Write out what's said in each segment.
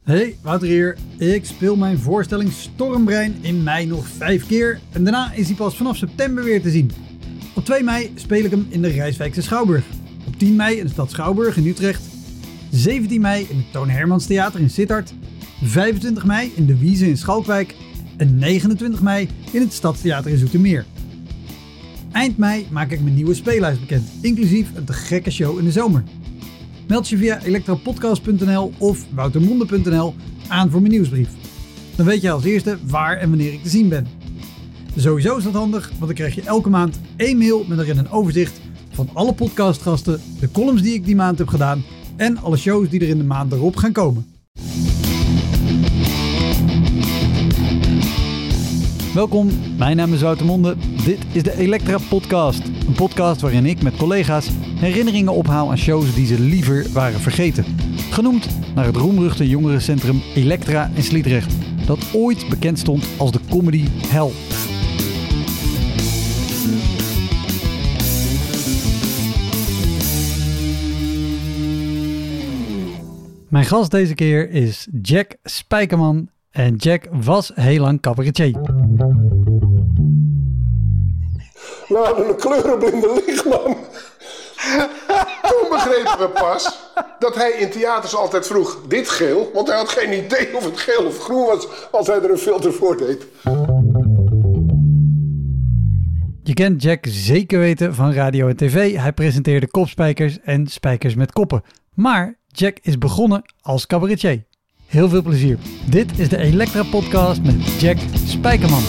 Hey, Wouter hier. Ik speel mijn voorstelling Stormbrein in mei nog 5 keer en daarna is hij pas vanaf september weer te zien. Op 2 mei speel ik hem in de Rijswijkse Schouwburg. Op 10 mei in de stad Schouwburg in Utrecht. 17 mei in het Toon Hermans Theater in Sittard. 25 mei in de Wieze in Schalkwijk. En 29 mei in het Stadstheater in Zoetermeer. Eind mei maak ik mijn nieuwe speellijst bekend, inclusief een te gekke show in de zomer. Meld je via elektropodcast.nl of woutermonde.nl aan voor mijn nieuwsbrief. Dan weet je als eerste waar en wanneer ik te zien ben. Sowieso is dat handig, want dan krijg je elke maand 1 mail met erin een overzicht van alle podcastgasten, de columns die ik die maand heb gedaan en alle shows die er in de maand erop gaan komen. Welkom, mijn naam is Wouter Monde. Dit is de Elektra Podcast. Een podcast waarin ik met collega's herinneringen ophaal aan shows die ze liever waren vergeten. Genoemd naar het roemruchte jongerencentrum Elektra in Sliedrecht, dat ooit bekend stond als de comedy hell. Mijn gast deze keer is Jack Spijkerman. En Jack was heel lang cabaretier. Nou, een kleurenblinde lichtman. Toen begrepen we pas dat hij in theaters altijd vroeg, dit geel? Want hij had geen idee of het geel of groen was als hij er een filter voor deed. Je kent Jack zeker weten van radio en tv. Hij presenteerde Kopspijkers en Spijkers met Koppen. Maar Jack is begonnen als cabaretier. Heel veel plezier. Dit is de Elektra Podcast met Jack Spijkerman.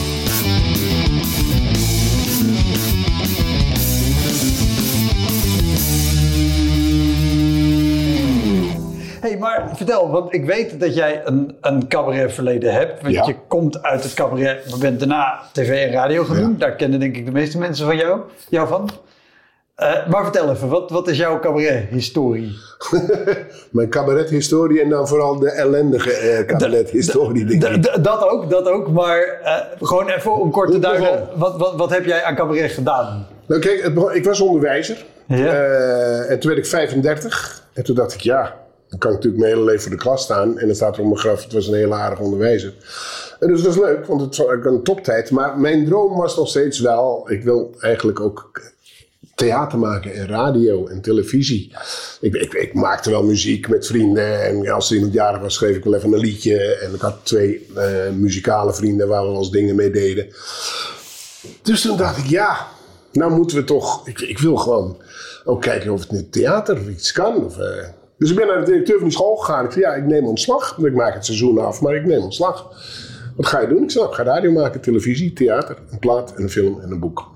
Hey, maar vertel, want ik weet dat jij een cabaretverleden hebt. Want je komt uit het cabaret, maar bent daarna tv en radio gaan doen. Daar kennen denk ik de meeste mensen van jou van. Maar vertel even, wat is jouw cabaret-historie? Mijn cabaret-historie en dan vooral de ellendige cabaret-historie. Dat ook, maar gewoon even om kort te duiden, wat heb jij aan cabaret gedaan? Nou kijk, ik was onderwijzer en toen werd ik 35 en toen dacht ik, dan kan ik natuurlijk mijn hele leven voor de klas staan en dan staat er op mijn graf, het was een hele aardige onderwijzer. En dus dat was leuk, want het was een toptijd, maar mijn droom was nog steeds wel, ik wil eigenlijk ook theater maken en radio en televisie. Ik maakte wel muziek met vrienden en als er iemand jarig was schreef ik wel even een liedje. En ik had 2 muzikale vrienden waar we wel eens dingen mee deden. Dus toen dacht ik, nou moeten we toch, ik wil gewoon ook kijken of het in het theater of iets kan. Dus ik ben naar de directeur van die school gegaan. Ik zei, ik neem ontslag. Ik maak het seizoen af, maar ik neem ontslag. Wat ga je doen? Ik zei, ik ga radio maken, televisie, theater, een plaat, een film en een boek.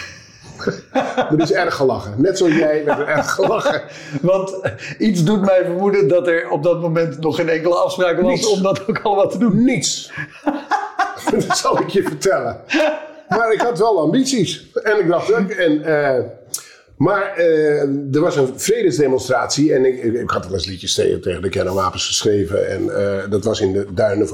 Er is erg gelachen. Net zoals jij werd er erg gelachen. Want iets doet mij vermoeden dat er op dat moment nog geen enkele afspraak was om dat ook allemaal te doen. Niets. Dat zal ik je vertellen. Maar ik had wel ambities. En ik dacht ook. Maar er was een vredesdemonstratie. En ik had wel eens liedjes tegen de kernwapens geschreven. En dat was in de duinen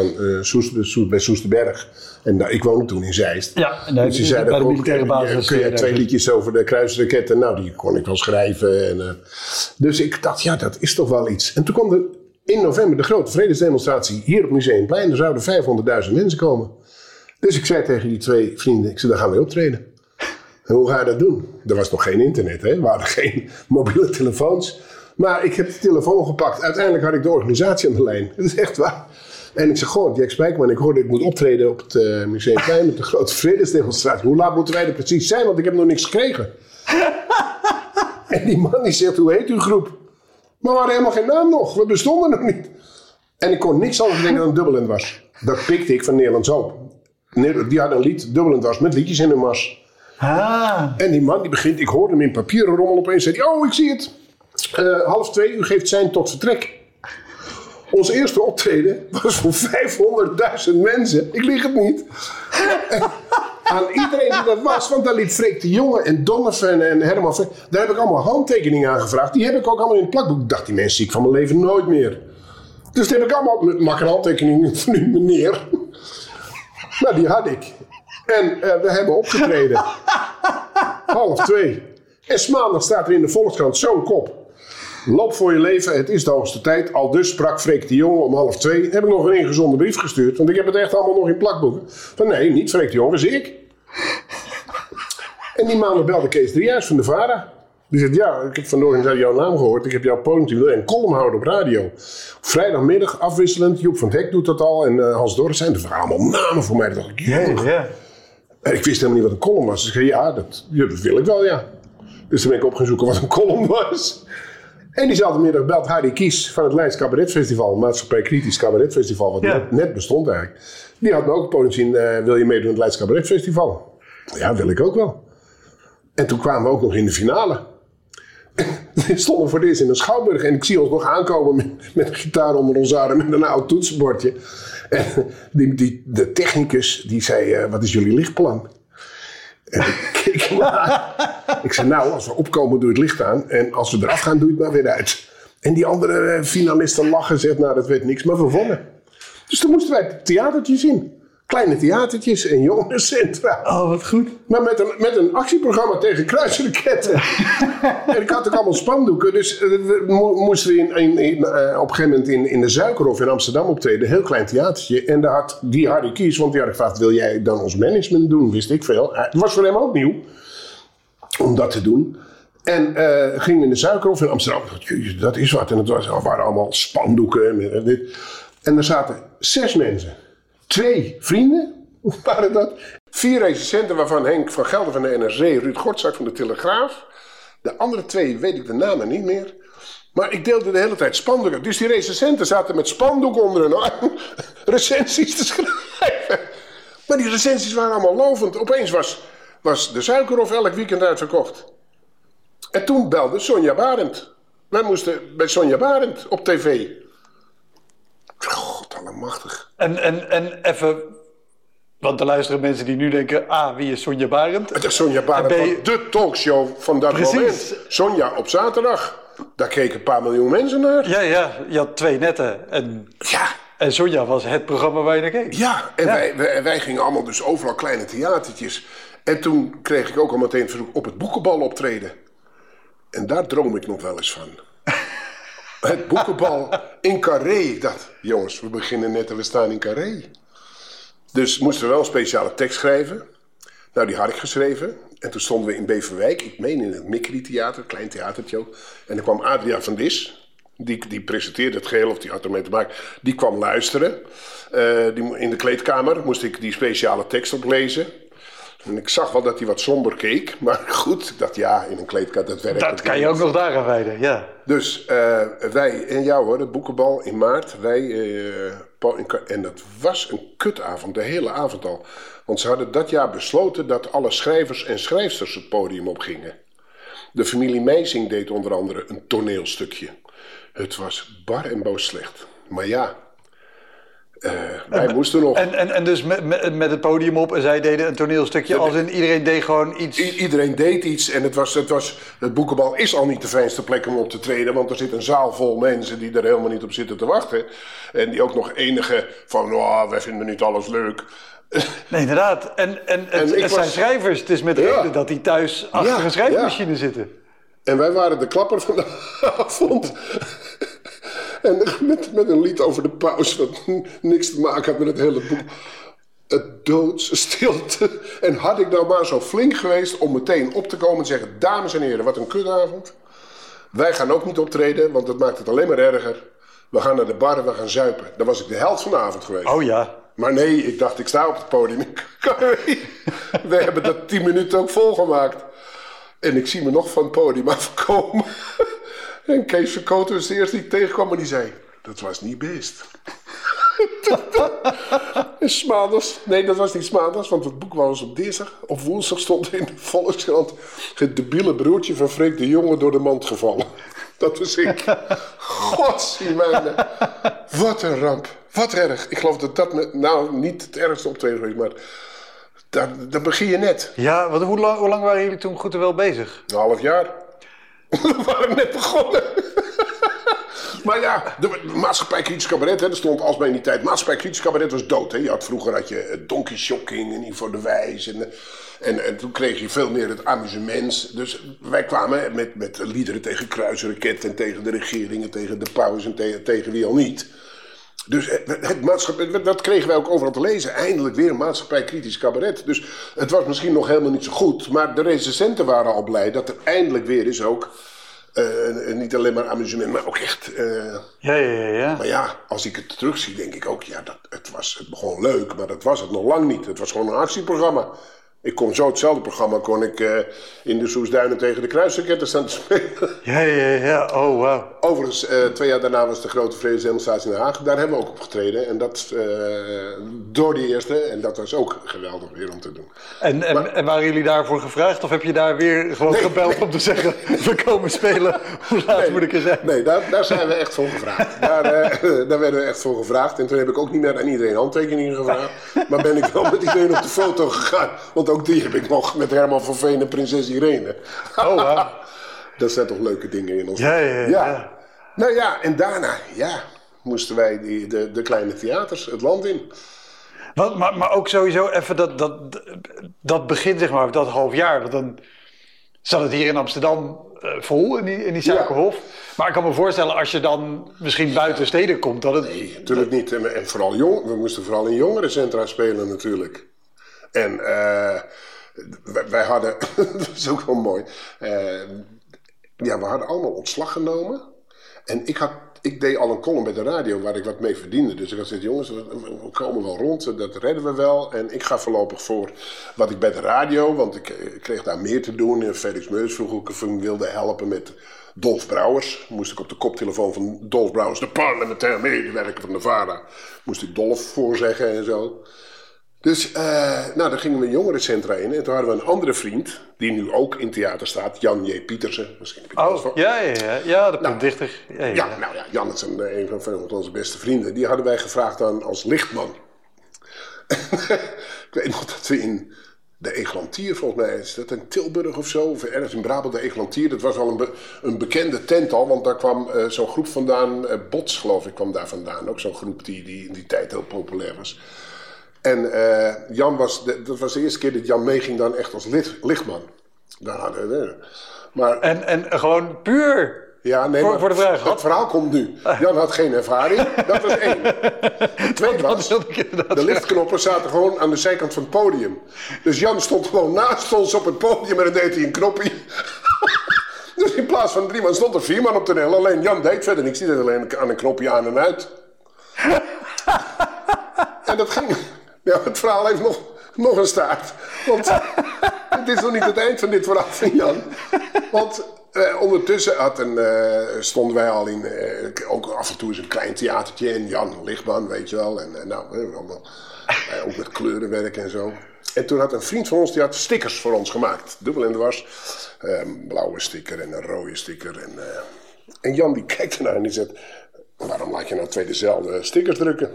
bij Soesterberg. En ik woonde toen in Zeist. Ja, en dus die zeiden bij de militaire basis. Kun je 2 liedjes over de kruisraketten? Nou, die kon ik wel schrijven. Dus ik dacht, dat is toch wel iets. En toen kwam er in november de grote vredesdemonstratie hier op Museumplein. Er zouden 500.000 mensen komen. Dus ik zei tegen die 2 vrienden, daar gaan we optreden. En hoe ga je dat doen? Er was nog geen internet, hè? Er waren geen mobiele telefoons. Maar ik heb de telefoon gepakt. Uiteindelijk had ik de organisatie aan de lijn. Dat is echt waar. En ik zeg gewoon, Jack Spijkerman, ik hoorde ik moet optreden op het Museumplein met de grote vredesdemonstratie. Hoe laat moeten wij er precies zijn? Want ik heb nog niks gekregen. En die man die zegt, hoe heet uw groep? Maar we hadden helemaal geen naam nog. We bestonden nog niet. En ik kon niks anders denken dan Dubbelend was. Dat pikte ik van Nederlands Hoop. Die had een lied, Dubbelend was, met liedjes in de mars. En die man die begint, ik hoorde hem in papieren rommel opeens. Zei hij, ik zie het. 1:30, u geeft sein tot vertrek. Ons eerste optreden was voor 500.000 mensen. Ik lieg het niet. Aan iedereen die dat was, want daar liet Freek de Jonge en Donovan en Herman Freek. Daar heb ik allemaal handtekeningen aan gevraagd. Die heb ik ook allemaal in het plakboek. Ik dacht, die mensen zie ik van mijn leven nooit meer. Dus die heb ik allemaal, maak een handtekening van u meneer. Nou, die had ik. En we hebben opgetreden. 1:30. En 's maandag staat er in de Volkskrant zo'n kop. Loop voor je leven, het is de hoogste tijd. Al dus sprak Freek de Jonge om 1:30. Heb ik nog een ingezonden brief gestuurd. Want ik heb het echt allemaal nog in plakboeken. Van nee, niet Freek de Jonge, was ik. En die maandag belde Kees Driehuis van de VARA. Die zegt, ja, ik heb vanmorgen jouw naam gehoord. Ik heb jouw podium en column houden op radio. Op vrijdagmiddag afwisselend. Joep van het Hek doet dat al. En Hans Dorres zijn. Dat waren allemaal namen voor mij. Dat dacht ik, ja. En ik wist helemaal niet wat een column was. Dus ik zei, ja, dat wil ik wel, ja. Dus toen ben ik op gaan zoeken wat een column was. En diezelfde middag belt Harry Kies van het Leids Cabaret Festival. Maatschappij Kritisch Cabaret Festival. Wat net bestond eigenlijk. Die had me ook een podium zien. Wil je meedoen aan het Leids Cabaret Festival? Ja, wil ik ook wel. En toen kwamen we ook nog in de finale. We stonden voor het eerst in een schouwburg. En ik zie ons nog aankomen met een gitaar onder ons arm en een oud toetsenbordje. En de technicus die zei, wat is jullie lichtplan? En ik keek hem aan. Ik zei, nou, als we opkomen doe je het licht aan. En als we eraf gaan doe je het maar weer uit. En die andere finalisten lachen en zegt, nou dat werd niks, maar we wonnen. Dus toen moesten wij het theatertje zien. Kleine theatertjes en jongerencentra. Oh, wat goed. Maar met een actieprogramma tegen kruisraketten. En ik had ook allemaal spandoeken. Dus we moesten op een gegeven moment in de Suikerhof in Amsterdam optreden. Een heel klein theatertje. En daar had die Harry Kies, want die had gevraagd, wil jij dan ons management doen? Wist ik veel. Het was voor hem ook nieuw om dat te doen. En gingen we in de Suikerhof in Amsterdam. Dat is wat. En het waren allemaal spandoeken. En er zaten 6 mensen. 2 vrienden waren dat. 4 recensenten, waarvan Henk van Gelder van de NRC, Ruud Gortzak van de Telegraaf. De andere 2 weet ik de namen niet meer. Maar ik deelde de hele tijd spandoeken. Dus die recensenten zaten met spandoeken onder hun arm recensies te schrijven. Maar die recensies waren allemaal lovend. Opeens was de Suikerhof elk weekend uitverkocht. En toen belde Sonja Barend. Wij moesten bij Sonja Barend op tv. God, allemachtig. En even, want er luisteren mensen die nu denken, wie is Sonja Barend? Het is Sonja Barend van de talkshow van dat moment. Sonja op zaterdag. Daar keken een paar miljoen mensen naar. Ja, je had 2 netten. En Sonja was het programma waar je naar keek. Ja, en wij gingen allemaal dus overal kleine theatertjes. En toen kreeg ik ook al meteen het verzoek op het boekenbal optreden. En daar droom ik nog wel eens van. Het boekenbal in Carré. Ik dacht, jongens, we beginnen net en we staan in Carré. Dus moesten we wel een speciale tekst schrijven. Nou, die had ik geschreven. En toen stonden we in Beverwijk. Ik meen in het Mikri Theater, klein theatertje ook. En dan kwam Adriaan van Dis. Die presenteerde het geheel, of die had ermee te maken. Die kwam luisteren. In de kleedkamer moest ik die speciale tekst oplezen. En ik zag wel dat hij wat somber keek. Maar goed, ik dacht, ja, in een kleedkamer, dat werkt. Dat kan je ook nog daaraan wijden, ja. Dus wij, en jou hoor, de boekenbal in maart. En dat was een kutavond, de hele avond al. Want ze hadden dat jaar besloten dat alle schrijvers en schrijfsters het podium opgingen. De familie Meijsing deed onder andere een toneelstukje. Het was bar en boos slecht. Maar ja, wij moesten nog. En dus met het podium op en zij deden een toneelstukje als in iedereen deed gewoon iets. Iedereen deed iets en het boekenbal is al niet de fijnste plek om op te treden. Want er zit een zaal vol mensen die er helemaal niet op zitten te wachten. En die ook nog enige van, wij vinden niet alles leuk. Nee, inderdaad. En het zijn schrijvers. Het is met reden dat die thuis achter een schrijfmachine zitten. En wij waren de klapper van de avond. En met een lied over de paus, wat niks te maken had met het hele boek. Het doodsstilte. En had ik nou maar zo flink geweest om meteen op te komen en zeggen, dames en heren, wat een kutavond. Wij gaan ook niet optreden, want dat maakt het alleen maar erger. We gaan naar de bar en we gaan zuipen. Dan was ik de held van de avond geweest. Oh ja. Maar nee, ik dacht, ik sta op het podium. We hebben dat 10 minuten ook volgemaakt. En ik zie me nog van het podium afkomen. En Kees Verkoten was de eerste die ik tegenkwam en die zei, dat was niet best. En 's maandags, nee dat was niet 's maandags, want het boek was op dinsdag. Op woensdag stond in de Volkskrant het debiele broertje van Freek de Jonge door de mand gevallen. Dat was ik. Godzijdank. Wat een ramp. Wat erg. Ik geloof dat niet het ergste optreden geweest, maar daar begin je net. Ja, want hoe lang waren jullie toen goed en wel bezig? Een half jaar. We waren net begonnen. Maar ja, de maatschappij kritisch cabaret, hè, er stond alsmaar in die tijd. Maatschappij kritisch cabaret was dood. Hè. Vroeger had je Donkey Shocking en Ivo de Wijs. En toen kreeg je veel meer het amusement. Dus wij kwamen met liederen tegen Kruisraket en tegen de regering en tegen de paus en tegen wie al niet. Dus het maatschappij, dat kregen wij ook overal te lezen. Eindelijk weer een maatschappij kritisch cabaret. Dus het was misschien nog helemaal niet zo goed. Maar de recensenten waren al blij dat er eindelijk weer is ook. Niet alleen maar amusement, maar ook echt. Ja. Maar ja, als ik het terugzie, denk ik ook. Ja, het begon leuk, maar dat was het nog lang niet. Het was gewoon een actieprogramma. Ik kon zo hetzelfde programma in de Soesduinen tegen de Kruisraketten staan te spelen. Ja. Oh, wow. Overigens, 2 jaar daarna was de grote vredesdemonstratie in Den Haag. Daar hebben we ook op getreden. En dat door die eerste. En dat was ook geweldig weer om te doen. En waren jullie daarvoor gevraagd? Of heb je daar weer gewoon gebeld om te zeggen... we komen spelen, hoe laat moet ik er zijn? Nee, daar zijn we echt voor gevraagd. Daar werden we echt voor gevraagd. En toen heb ik ook niet meer aan iedereen handtekeningen gevraagd. Maar ben ik wel met iedereen op de foto gegaan. Want ook die heb ik nog met Herman van Veen en prinses Irene. Oh, wow. Dat zijn toch leuke dingen in ons. Ja. Nou ja, en daarna, moesten wij de kleine theaters het land in. Maar ook sowieso even dat begin, zeg maar, dat half jaar. Want dan zat het hier in Amsterdam vol in die Suikerhof. Ja. Maar ik kan me voorstellen, als je dan misschien buiten steden komt... dat het... Nee, natuurlijk niet. En vooral we moesten vooral in jongerencentra spelen natuurlijk. En wij hadden, dat is ook wel mooi, we hadden allemaal ontslag genomen. En ik deed al een column bij de radio waar ik wat mee verdiende. Dus ik had gezegd, jongens, we komen wel rond, dat redden we wel. En ik ga voorlopig voor wat ik bij de radio, want ik kreeg daar meer te doen. Felix Meus vroeg ook of ik wilde helpen met Dolf Brouwers. Moest ik op de koptelefoon van Dolf Brouwers, de parlementaire medewerker van de VARA, moest ik Dolf voorzeggen en zo. Dus, dan gingen we een jongerencentra in. En toen hadden we een andere vriend, die nu ook in theater staat. Jan J. Pietersen. Misschien heb je het van. Ja, de dichter. Jan is een van onze beste vrienden. Die hadden wij gevraagd dan als lichtman. Ik weet nog dat we in de Eglantier, volgens mij is dat in Tilburg of zo. Of ergens in Brabant, de Eglantier. Dat was wel een bekende tent al. Want daar kwam zo'n groep vandaan. Bots, geloof ik, kwam daar vandaan. Ook zo'n groep die in die tijd heel populair was. En dat was de eerste keer dat Jan meeging dan echt als lichtman. Maar, en gewoon puur voor de vraag. Het verhaal komt nu. Jan had geen ervaring, dat was 1. 2 was, de lichtknoppen zaten gewoon aan de zijkant van het podium. Dus Jan stond gewoon naast ons op het podium en dan deed hij een knopje. Dus in plaats van 3 man stond er 4 man op toneel. Alleen Jan deed verder niks, die deed alleen aan een knopje aan en uit. En dat ging... Ja, het verhaal heeft nog een staart. Want het is nog niet het eind van dit verhaal van Jan. Want ondertussen stonden wij al in... ook af en toe eens een klein theatertje. En Jan, lichtman, weet je wel. En allemaal, ook met kleurenwerk en zo. En toen had een vriend van ons, die had stickers voor ons gemaakt. Dubbel en dwars. Een blauwe sticker en een rode sticker. En Jan die kijkt ernaar en die zegt... Waarom laat je nou 2 dezelfde stickers drukken?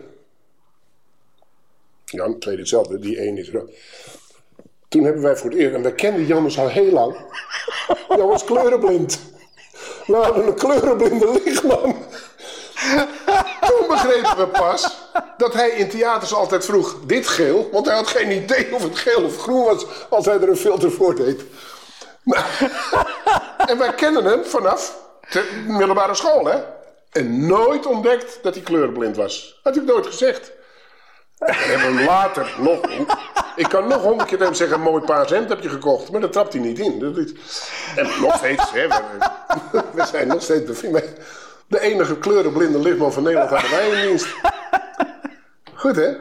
Jan, 2 hetzelfde, die 1 is rood. Toen hebben wij voor het eerst, en wij kenden Jan dus al heel lang. Jan was kleurenblind. We hadden een kleurenblinde lichtman. Toen begrepen we pas dat hij in theaters altijd vroeg, dit geel? Want hij had geen idee of het geel of groen was als hij er een filter voor deed. En wij kennen hem vanaf de middelbare school, hè? En nooit ontdekt dat hij kleurenblind was. Had ik nooit gezegd. En hebben we later nog... Ik kan nog 100 keer hem zeggen, een mooi paars hemd heb je gekocht. Maar dat trapt hij niet in. En nog steeds, hè. We zijn nog steeds bevriend. De enige kleurenblinde lichtman van Nederland hadden wij in dienst. Goed, hè?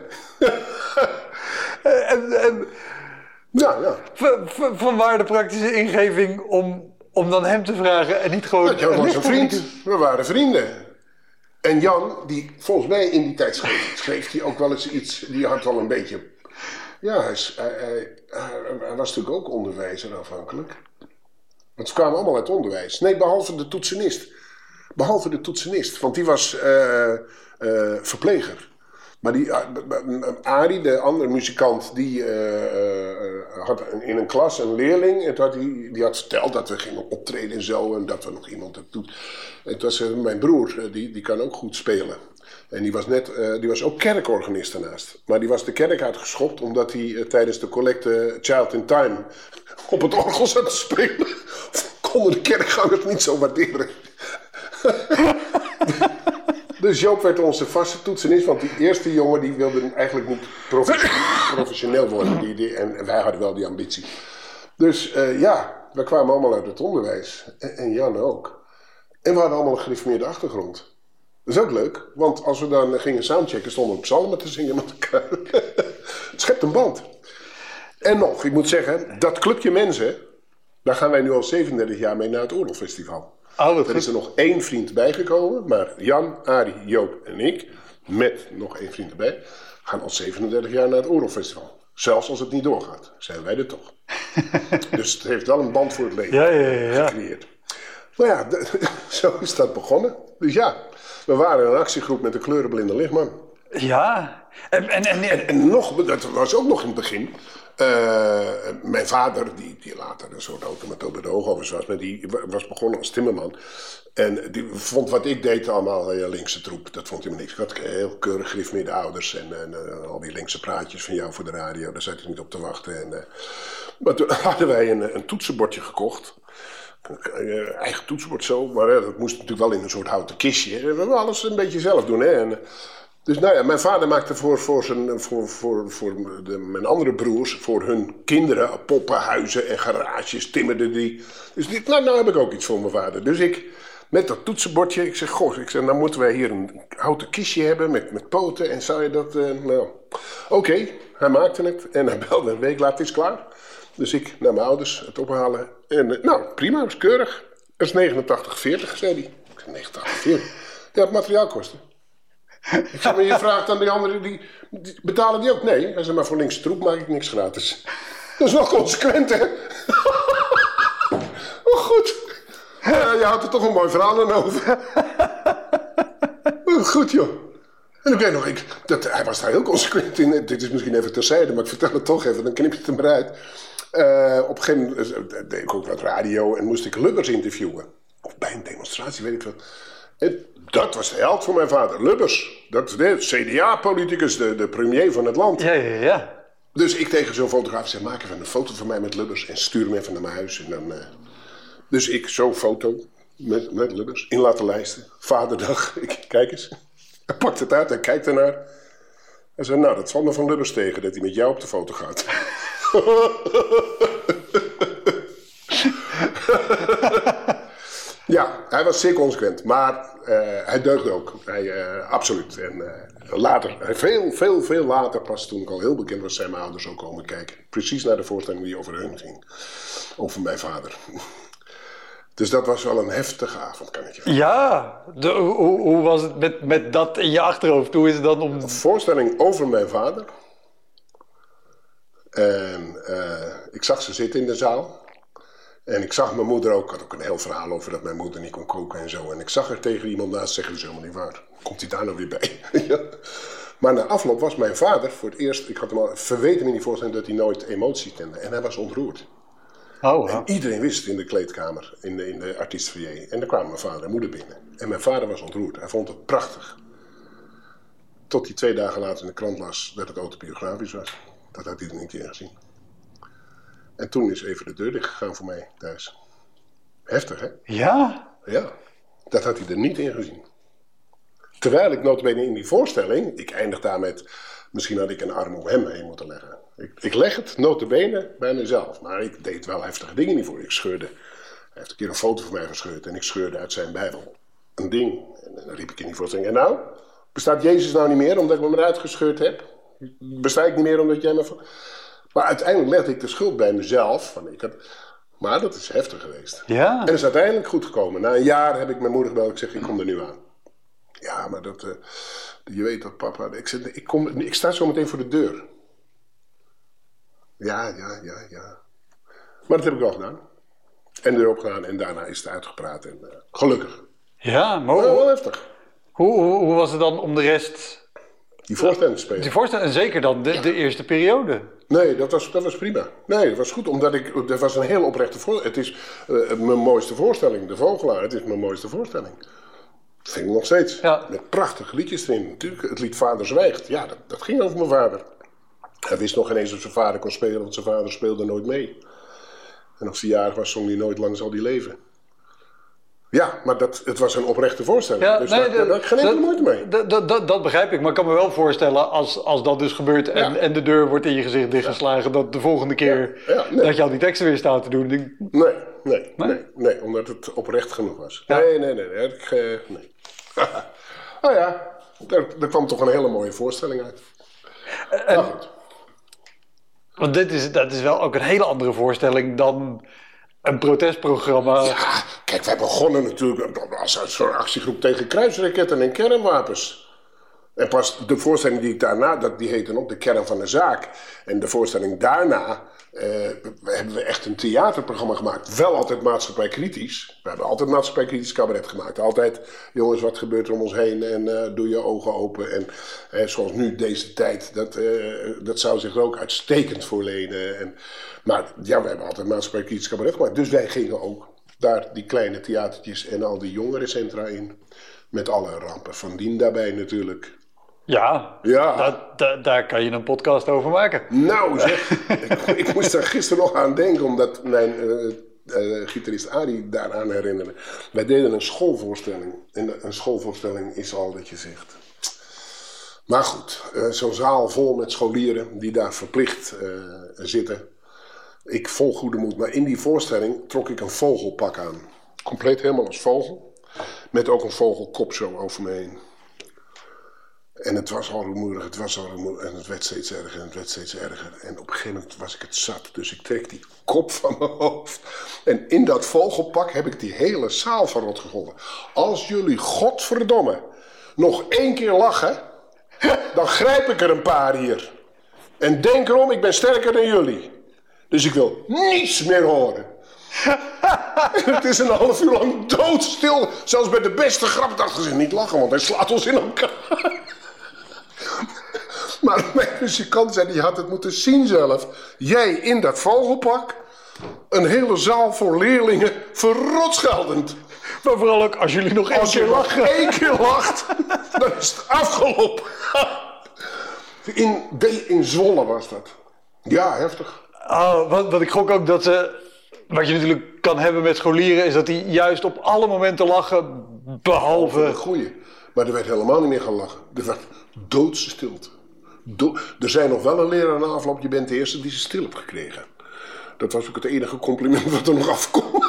Ja. Vanwaar de praktische ingeving om dan hem te vragen en niet gewoon... Jan was een vriend. We waren vrienden. En Jan, die volgens mij in die tijd schreef hij ook wel eens iets... Die had wel een beetje... Ja, hij was natuurlijk ook onderwijzer afhankelijk. Want ze kwamen allemaal uit onderwijs. Nee, behalve de toetsenist. Want die was verpleger. Maar Arie, de andere muzikant, die had in een klas een leerling. En die had verteld dat we gingen optreden en zo. En dat we nog iemand dat doet. En toen was mijn broer, die kan ook goed spelen. En die was ook kerkorganist daarnaast. Maar die was de kerk uitgeschopt omdat hij tijdens de collecte Child in Time op het orgel zat te spelen. Konden de kerkgangers niet zo waarderen. Dus Joop werd onze vaste toetsenist, want die eerste jongen die wilde eigenlijk niet professioneel worden. En wij hadden wel die ambitie. Dus we kwamen allemaal uit het onderwijs. En Jan ook. En we hadden allemaal een gereformeerde achtergrond. Dat is ook leuk, want als we dan gingen soundchecken stonden we psalmen te zingen met elkaar. Het schept een band. En nog, ik moet zeggen, dat clubje mensen, daar gaan wij nu al 37 jaar mee naar het Oorlogfestival. Er is er nog 1 vriend bijgekomen, maar Jan, Arie, Joop en ik, met nog 1 vriend erbij, gaan al 37 jaar naar het Oorlogfestival. Zelfs als het niet doorgaat, zijn wij er toch. Dus het heeft wel een band voor het leven gecreëerd. Nou ja, zo is dat begonnen. Dus ja, we waren een actiegroep met de kleurenblinde lichtman. Ja, en nog, dat was ook nog in het begin. Mijn vader, die later een soort automato bij de hoogovens was, maar die was begonnen als timmerman. En die vond wat ik deed allemaal linkse troep. Dat vond hij me niks. Ik had heel keurig gereformeerde ouders en al die linkse praatjes van jou voor de radio. Daar zat ik niet op te wachten. Maar toen hadden wij een toetsenbordje gekocht. Eigen toetsenbord zo, maar dat moest natuurlijk wel in een soort houten kistje. We wilden alles een beetje zelf doen. Hè? Dus nou ja, mijn vader maakte voor mijn andere broers, voor hun kinderen, poppenhuizen en garages, timmerde die. Dus nou heb ik ook iets voor mijn vader. Dus ik, met dat toetsenbordje, ik zeg, nou moeten wij hier een houten kistje hebben met poten en zou je dat, Oké, hij maakte het en hij belde een week later, is klaar. Dus ik naar mijn ouders het ophalen. En prima, was keurig. Dat is 89,40, zei hij. Ik zei 89,40. Ja, het materiaalkosten. Ik zeg, maar je vraagt aan die anderen, die betalen die ook? Nee. Hij zei, maar voor linkse troep maak ik niks gratis. Dat is wel consequent, hè? Oh, goed. Je houdt er toch een mooi verhaal aan over. Goed, joh. En ik weet nog, hij was daar heel consequent in. Dit is misschien even terzijde, maar ik vertel het toch even. Dan knip je het er maar uit. Op een gegeven moment deed ik ook wat radio en moest ik Lubbers interviewen. Of bij een demonstratie, weet ik veel. En dat was de held voor mijn vader, Lubbers. Dat is de CDA-politicus, de premier van het land. Ja. Dus ik tegen zo'n fotograaf zeg, maak even een foto van mij met Lubbers en stuur hem even naar mijn huis. En dan, dus ik zo'n foto met Lubbers in laten lijsten. Vaderdag, kijk eens. Hij pakt het uit en kijkt ernaar. Hij zei, nou, dat valt me van Lubbers tegen, dat hij met jou op de foto gaat. Ja, hij was zeer consequent, maar hij deugde ook. Absoluut. En later, veel later, pas toen ik al heel bekend was, zijn mijn ouders ook komen kijken. Precies naar de voorstelling die over hun ging. Over mijn vader. Dus dat was wel een heftige avond, kan ik je vertellen. Ja, hoe was het met dat in je achterhoofd? Hoe is het dan om... Een voorstelling over mijn vader. En ik zag ze zitten in de zaal. En ik zag mijn moeder ook. Ik had ook een heel verhaal over dat mijn moeder niet kon koken en zo. En ik zag er tegen iemand naast zeggen, dat is helemaal niet waar. Komt hij daar nou weer bij? Ja. Maar na afloop was mijn vader voor het eerst... Ik had hem al verweten in die voorstelling dat hij nooit emotie kende. En hij was ontroerd. Oh, en iedereen wist het in de kleedkamer, in de artiestfoyer. En daar kwamen mijn vader en moeder binnen. En mijn vader was ontroerd. Hij vond het prachtig. Tot hij 2 dagen later in de krant las dat het autobiografisch was. Dat had hij er niet in gezien. En toen is even de deur dicht gegaan voor mij thuis. Heftig, hè? Ja? Ja, dat had hij er niet in gezien. Terwijl ik nota bene in die voorstelling, ik eindig daar met... Misschien had ik een arm om hem heen moeten leggen. Ik leg het nota bene bij mezelf. Maar ik deed wel heftige dingen niet voor. Ik scheurde. Hij heeft een keer een foto van mij verscheurd. En ik scheurde uit zijn Bijbel een ding. En dan riep ik in die voorstelling. En nou? Bestaat Jezus nou niet meer omdat ik me eruit gescheurd heb? Besta ik niet meer omdat jij me... Maar uiteindelijk legde ik de schuld bij mezelf. Maar dat is heftig geweest. Ja. En het is uiteindelijk goed gekomen. Na een jaar heb ik mijn moeder gebeld. Ik zeg, ik kom er nu aan. Ja, maar dat... je weet dat papa... Ik sta zo meteen voor de deur. Ja. Maar dat heb ik wel gedaan. En erop gedaan. En daarna is het uitgepraat. En gelukkig. Ja, maar wel heftig. Hoe was het dan om de rest Die voorstelling spelen. Die voorstelling, en zeker dan de eerste periode. Nee, dat was prima. Nee, dat was goed, omdat dat was een heel oprechte voorstelling. Het is mijn mooiste voorstelling, De Vogelaar. Het is mijn mooiste voorstelling. Dat vind ik nog steeds. Ja. Met prachtige liedjes erin. Natuurlijk, het lied Vader Zwijgt. Ja, dat ging over mijn vader. Hij wist nog geen eens of zijn vader kon spelen, want zijn vader speelde nooit mee. En als hij jarig was, zong hij nooit Lang zal hij leven. Ja, maar het was een oprechte voorstelling. Ja, dus nee, daar had ik geen enkele moeite mee. Dat begrijp ik, maar ik kan me wel voorstellen als dat dus gebeurt en de deur wordt in je gezicht dichtgeslagen, dat de volgende keer dat je al die teksten weer staat te doen. Nee, omdat het oprecht genoeg was. Ja. Nee. Nou ja, er kwam toch een hele mooie voorstelling uit. Goed. Want dat is wel ook een hele andere voorstelling dan een protestprogramma. Ja, kijk, wij begonnen natuurlijk als een soort actiegroep tegen kruisraketten en kernwapens. En pas de voorstelling die ik daarna, die heette dan ook De Kern van de Zaak. En de voorstelling daarna hebben we echt een theaterprogramma gemaakt. Wel altijd maatschappijkritisch. We hebben altijd maatschappijkritisch cabaret gemaakt. Altijd, jongens, wat gebeurt er om ons heen? En doe je ogen open. En zoals nu, deze tijd, dat zou zich er ook uitstekend voor lenen. Maar ja, we hebben altijd maatschappijkritisch cabaret gemaakt. Dus wij gingen ook daar die kleine theatertjes en al die jongerencentra in. Met alle rampen van dien daarbij natuurlijk. Ja. Daar kan je een podcast over maken. Nou zeg, ik moest daar gisteren nog aan denken, omdat mijn gitarist Arie daaraan herinnerde. Wij deden een schoolvoorstelling. En een schoolvoorstelling is al dat je zegt. Maar goed, zo'n zaal vol met scholieren die daar verplicht zitten. Ik vol goede moed, maar in die voorstelling trok ik een vogelpak aan. Compleet helemaal als vogel. Met ook een vogelkop zo over me heen. En het was al rumoerig, en het werd steeds erger. En op een gegeven moment was ik het zat, dus ik trek die kop van mijn hoofd. En in dat vogelpak heb ik die hele zaal verrot gegolden. Als jullie, godverdomme, nog 1 keer lachen, dan grijp ik er een paar hier. En denk erom, ik ben sterker dan jullie. Dus ik wil niets meer horen. Het is een half uur lang doodstil. Zelfs bij de beste grap dachten ze niet lachen, want hij slaat ons in elkaar. Maar mijn muzikant zei, die had het moeten zien zelf. Jij in dat vogelpak, een hele zaal voor leerlingen, verrotscheldend. Maar vooral ook als jullie nog 1 keer lachen. Als je 1 keer lacht, dan is het afgelopen. In Zwolle was dat. Ja, heftig. Wat ik gok ook dat ze... Wat je natuurlijk kan hebben met scholieren, is dat die juist op alle momenten lachen, behalve... De goeie. Maar er werd helemaal niet meer gelachen. Er werd doodse stilte. Er zijn nog wel een leraar na afloop, je bent de eerste die ze stil hebt gekregen. Dat was ook het enige compliment wat er nog afkwam.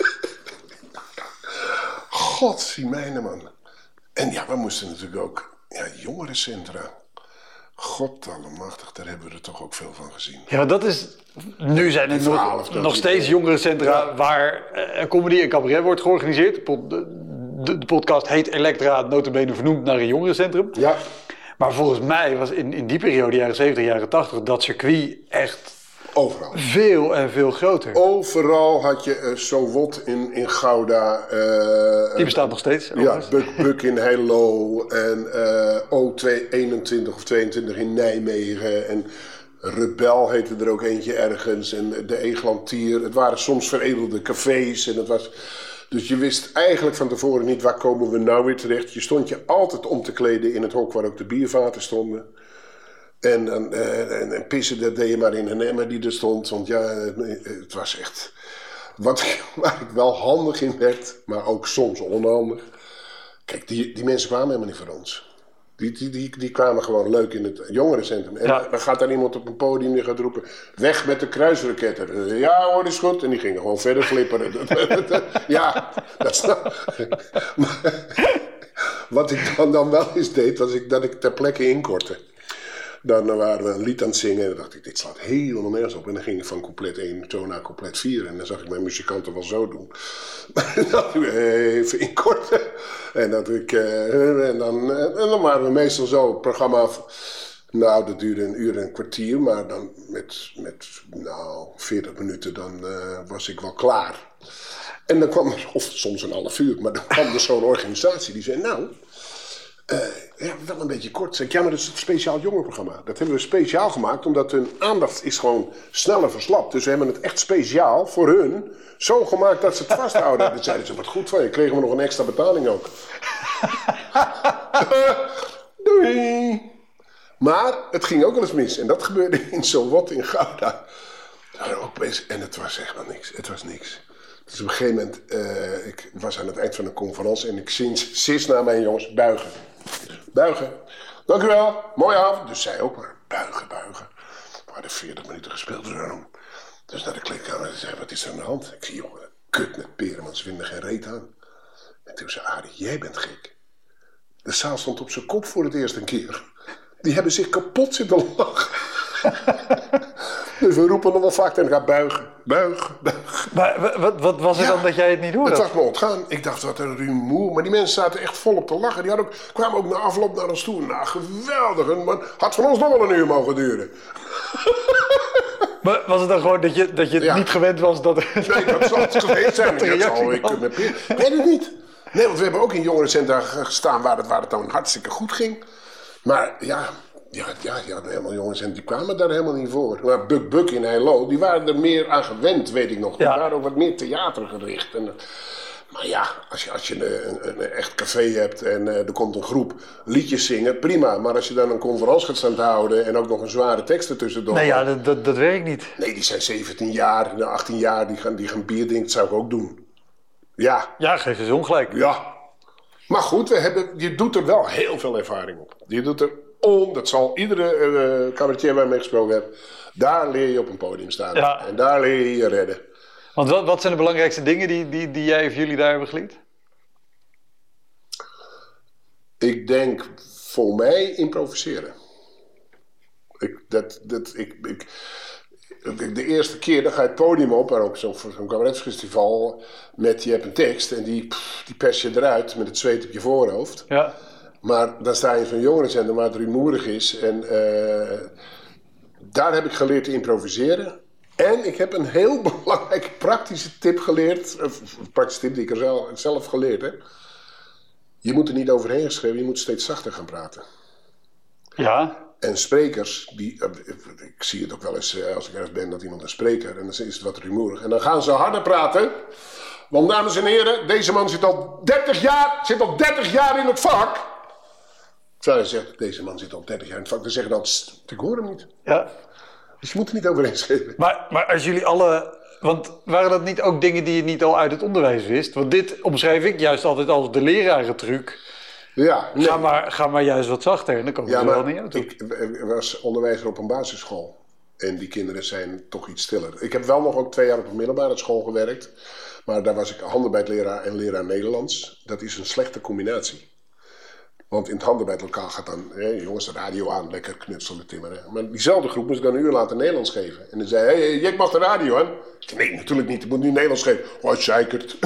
God, zie mijne man. En ja, we moesten natuurlijk ook... Ja, jongerencentra. God allemachtig, daar hebben we er toch ook veel van gezien. Ja, dat is... Nu zijn er nog steeds jongerencentra waar comedy en cabaret wordt georganiseerd. De podcast heet Elektra, nota bene vernoemd naar een jongerencentrum. Ja. Maar volgens mij was in die periode, jaren 70, jaren 80, dat circuit echt... Overal. Veel en veel groter. Overal had je Sowot in Gouda. Die bestaat nog steeds. Ja, Buk in Heilo. En O21 of 22 in Nijmegen. En Rebel heette er ook eentje ergens. En de Eglantier. Het waren soms veredelde cafés. En het was... Dus je wist eigenlijk van tevoren niet waar komen we nou weer terecht. Je stond je altijd om te kleden in het hok waar ook de biervaten stonden. En pissen, dat deed je maar in een emmer die er stond. Want ja, het was echt... Waar ik wel handig in werd, maar ook soms onhandig. Kijk, die mensen kwamen helemaal niet voor ons. Die kwamen gewoon leuk in het jongerencentrum. En dan gaat daar iemand op een podium die gaat roepen... Weg met de kruisraketten. Ja hoor, dat is goed. En die gingen gewoon verder flipperen. Ja, dat snap ik. Wat ik dan wel eens deed, was dat ik ter plekke inkortte. Dan waren we een lied aan het zingen en dan dacht ik, dit slaat helemaal nergens op. En dan ging ik van couplet 1 zo naar couplet 4. En dan zag ik mijn muzikanten wel zo doen. Maar dan dacht ik, even inkorten. En dan waren we meestal zo het programma af. Nou, dat duurde 1 uur en een kwartier. Maar dan met 40 minuten, dan was ik wel klaar. En dan kwam er, of soms een half uur, maar dan kwam er zo'n organisatie die zei, nou... Ja, wel een beetje kort. Zeg ik, ja, maar dat is het speciaal jongerenprogramma. Dat hebben we speciaal gemaakt, omdat hun aandacht is gewoon sneller verslapt. Dus we hebben het echt speciaal voor hun zo gemaakt dat ze het vasthouden. Dan zeiden ze, wat goed van je. Kregen we nog een extra betaling ook. Doei. Maar het ging ook wel eens mis. En dat gebeurde in Zowat in Gouda. En het was echt wel niks. Het was niks. Dus op een gegeven moment, ik was aan het eind van de conferentie en ik sis naar mijn jongens, buigen. Buigen. Dank u wel, mooie avond. Dus zij ook maar, buigen. We hadden 40 minuten gespeeld. Dus naar de kleedkamer en zei, wat is er aan de hand? Ik zie, jongen, kut met peren, want ze vinden geen reet aan. En toen zei Arie, jij bent gek. De zaal stond op zijn kop voor het eerst een keer. Die hebben zich kapot zitten lachen. Dus we roepen nog wel vaak tegen elkaar, buigen. Maar wat was het dan dat jij het niet hoorde? Het was me ontgaan. Ik dacht, wat een rumoer. Maar die mensen zaten echt volop te lachen. Die kwamen ook na afloop naar ons toe. Nou, geweldig. Maar had van ons nog wel een uur mogen duren. Maar was het dan gewoon dat je het niet gewend was dat er... Nee, dat zal het geweest zijn. Ik weet het niet. Nee, want we hebben ook in jongerencentra gestaan waar het dan hartstikke goed ging. Maar ja, je had helemaal jongens en die kwamen daar helemaal niet voor. Maar Buk in Heilo, die waren er meer aan gewend, weet ik nog. Die waren ook wat meer theatergericht. Maar ja, als je een echt café hebt en er komt een groep liedjes zingen, prima. Maar als je dan een conferentie gaat staan te houden en ook nog een zware tekst ertussendoor. Nee, ja, dat werkt niet. Nee, die zijn 17 jaar, 18 jaar, die gaan bier drinken, dat zou ik ook doen. Ja. Ja, geef ze ongelijk. Ja. Maar goed, je doet er wel heel veel ervaring op. Je doet er dat zal iedere cabaretier waar ik mee gesproken heb, daar leer je op een podium staan. Ja. En daar leer je je redden. Want wat zijn de belangrijkste dingen die jij of jullie daar hebben geleerd? Ik denk voor mij improviseren. De eerste keer, dan ga je het podium op, maar ook voor zo'n cabaretfestival, met je hebt een tekst en die pers je eruit met het zweet op je voorhoofd. Ja. Maar dan sta je in zo'n jongerencentrum waar het rumoerig is en daar heb ik geleerd te improviseren. En ik heb een heel belangrijke praktische tip geleerd, een praktische tip die ik er zelf geleerd heb. Je moet er niet overheen schreeuwen, je moet steeds zachter gaan praten. Ja. En sprekers, ik zie het ook wel eens als ik ergens ben dat iemand een spreker, en dan is het wat rumoerig. En dan gaan ze harder praten. Want dames en heren, deze man zit al 30 jaar in het vak. Terwijl je zegt, deze man zit al 30 jaar in het vak. Dan zeggen dan, ik hoor hem niet. Ja. Dus je moet er niet overheen schreeuwen. Maar als jullie want waren dat niet ook dingen die je niet al uit het onderwijs wist? Want dit omschrijf ik juist altijd als de lerarentruc. Ja, nee. Ga maar juist wat zachter en dan komen ze wel niet uit. Ik was onderwijzer op een basisschool. En die kinderen zijn toch iets stiller. Ik heb wel nog ook 2 jaar op een middelbare school gewerkt. Maar daar was ik handarbeidleraar en leraar Nederlands. Dat is een slechte combinatie. Want in het handarbeidlokaal gaat dan, jongens, de radio aan, lekker knutselen, timmeren. Maar diezelfde groep moest ik dan een uur later Nederlands geven. En dan zei hij, jij mag de radio aan. Ik zei, nee, natuurlijk niet, ik moet nu Nederlands geven. Oh, zeikert.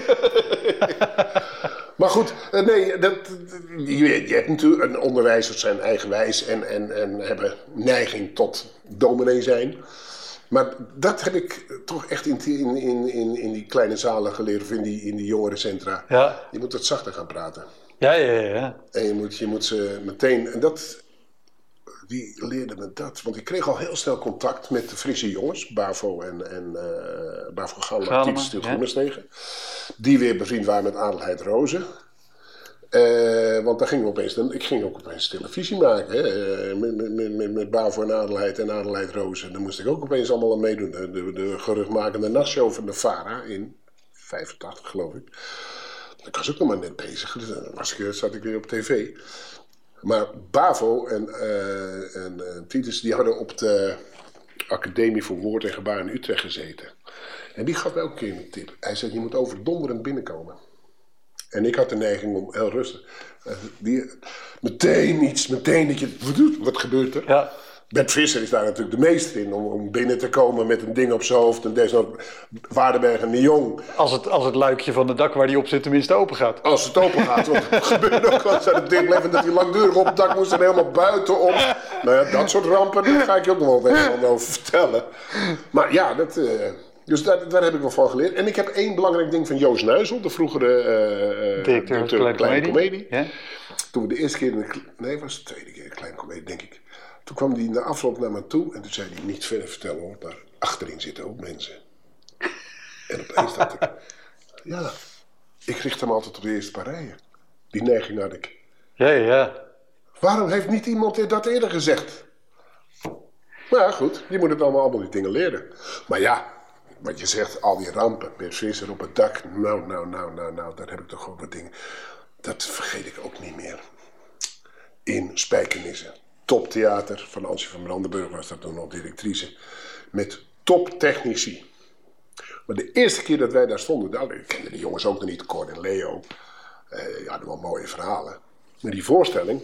Maar goed, nee, je hebt natuurlijk een onderwijzers zijn eigenwijs en hebben neiging tot dominee zijn. Maar dat heb ik toch echt in die kleine zalen geleerd, of in die jongerencentra. Ja. Je moet wat zachter gaan praten. Ja. En je moet ze meteen, en die leerde me dat. Want ik kreeg al heel snel contact met de frisse jongens, Bavo en Bavo Galma, Tiet Stil Groenestegen. Die weer bevriend waren met Adelheid Rozen. Want daar gingen ik ging ook opeens televisie maken. Hè? Met Bavo en Adelheid Rozen. Daar moest ik ook opeens allemaal aan meedoen. De geruchtmakende nachtshow van de VARA in 85 geloof ik. Ik was ook nog maar net bezig. Dus zat ik weer op tv. Maar Bavo en Titus die hadden op de Academie voor Woord en Gebaar in Utrecht gezeten. En die gaf mij ook een keer een tip. Hij zei, je moet overdonderend binnenkomen. En ik had de neiging om heel rustig. Meteen dat je, wat gebeurt er? Ja. Bert Visser is daar natuurlijk de meester in om binnen te komen met een ding op zijn hoofd. En deze Waardenberg en de Jong. Als het luikje van het dak waar die op zit tenminste open gaat. Als het open gaat, want het gebeurde ook wel eens aan het dicht bleef en dat hij langdurig op het dak moest en helemaal buitenom. Nou ja, dat soort rampen, daar ga ik je ook nog wel even over vertellen. Maar ja, Dus daar heb ik wel van geleerd. En ik heb één belangrijk ding van Joost Nuizel, de vroegere directeur Kleine Comedie. Ja? Toen we de eerste keer, was de tweede keer Kleine Comedie, denk ik. Toen kwam hij na afloop naar me toe en toen zei hij, niet verder vertellen hoor, maar achterin zitten ook mensen. En opeens dacht ik, ja, ik richt hem altijd op de eerste paar rijen. Die neiging had ik. Ja. Waarom heeft niet iemand dat eerder gezegd? Maar ja, goed, je moet het allemaal die dingen leren. Maar ja, wat je zegt, al die rampen, Bert Visser op het dak. Nou, daar heb ik toch ook wat dingen. Dat vergeet ik ook niet meer. In Spijkenissen. Toptheater van Ansje van Brandenburg was dat toen nog directrice. Met toptechnici. Maar de eerste keer dat wij daar stonden, ik kende de jongens ook nog niet, Cor en Leo. Die hadden wel mooie verhalen. Maar die voorstelling,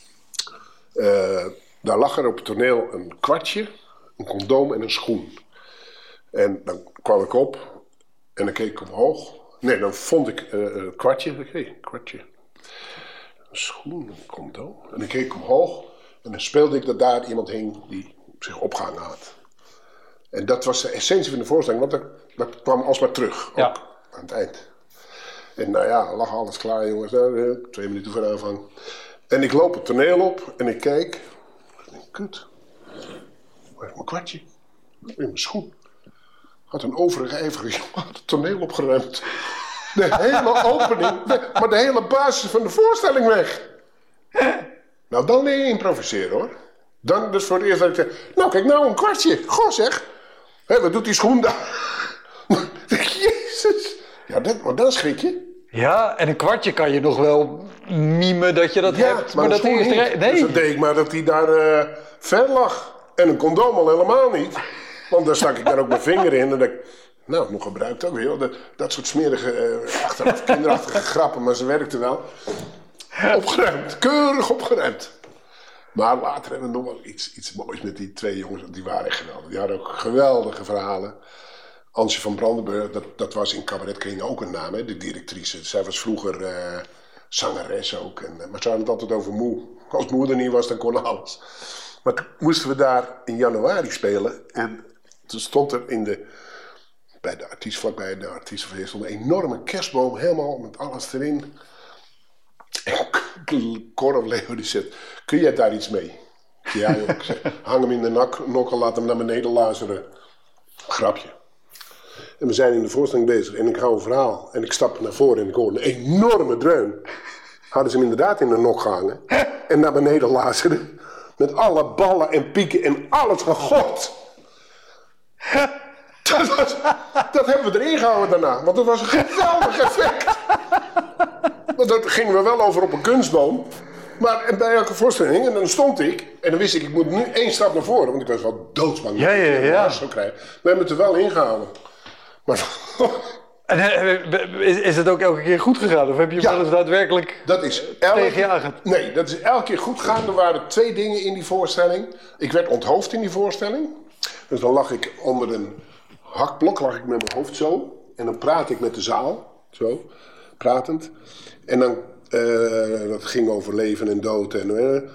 daar lag er op het toneel een kwartje, een condoom en een schoen. En dan kwam ik op en dan keek ik omhoog. Nee, dan vond ik een kwartje. Kwartje. Een schoen, een condoom. En dan keek ik omhoog en dan speelde ik dat daar iemand hing die zich opgehangen had. En dat was de essentie van de voorstelling, want dat kwam alsmaar terug. Ja. Ook aan het eind. En nou ja, lag alles klaar jongens. 2 minuten voor aanvang. En ik loop het toneel op en ik kijk. Ik denk, kut. Waar is mijn kwartje? In mijn schoen. Had een overige ijverige jongen het toneel opgeruimd. De hele opening, maar de hele basis van de voorstelling weg. Nou, dan leer je improviseren hoor. Dan dus voor het eerst dat ik zeg, nou kijk nou een kwartje. Goh zeg. Hé, wat doet die schoen daar? Jezus. Ja, maar dan schrik je. Ja, en een kwartje kan je nog wel mimen dat je dat hebt. Maar dat eerste niet. nee. Dus dan deed ik maar dat hij daar ver lag. En een condoom al helemaal niet. Want dan stak ik daar ook mijn vinger in. En dacht ik, nou, nog gebruikt ook weer. Dat soort smerige, achteraf kinderachtige grappen. Maar ze werkten wel. Opgeruimd. Keurig opgeruimd. Maar later hebben we nog wel iets moois met die 2 jongens. Die waren echt geweldig. Die hadden ook geweldige verhalen. Ansje van Brandenburg, dat was in Cabaretkring ook een naam, hè, de directrice. Zij was vroeger zangeres ook. Maar ze hadden het altijd over moe. Als moe er niet was, dan kon alles. Maar toen moesten we daar in januari spelen. En toen stond er bij de artiest, vlakbij de artiestenfeest, stond een enorme kerstboom, helemaal met alles erin. En Cor of Leo die zegt, kun jij daar iets mee? Ja joh, ik zeg, hang hem in de nokkel, laat hem naar beneden lazeren. Grapje. En we zijn in de voorstelling bezig en ik hou een verhaal. En ik stap naar voren en ik hoor een enorme dreun. Hadden ze hem inderdaad in de nok gehangen. En naar beneden lazeren. Met alle ballen en pieken en alles gegooid. Dat hebben we erin gehouden daarna. Want dat was een geweldig effect. Want dat gingen we wel over op een kunstboom. Maar bij elke voorstelling, en dan stond ik. En dan wist ik moet nu 1 stap naar voren. Want ik was wel doodsbang. Ja. Zo krijgen. We hebben het er wel ingehouden. Maar... En is het ook elke keer goed gegaan? Of heb je wel eens daadwerkelijk tegen je aan? Nee, dat is elke keer goed gegaan. Er waren 2 dingen in die voorstelling. Ik werd onthoofd in die voorstelling. Dus dan lag ik onder een hakblok, lag ik met mijn hoofd zo. En dan praat ik met de zaal. Zo, pratend. En dan, dat ging over leven en dood. En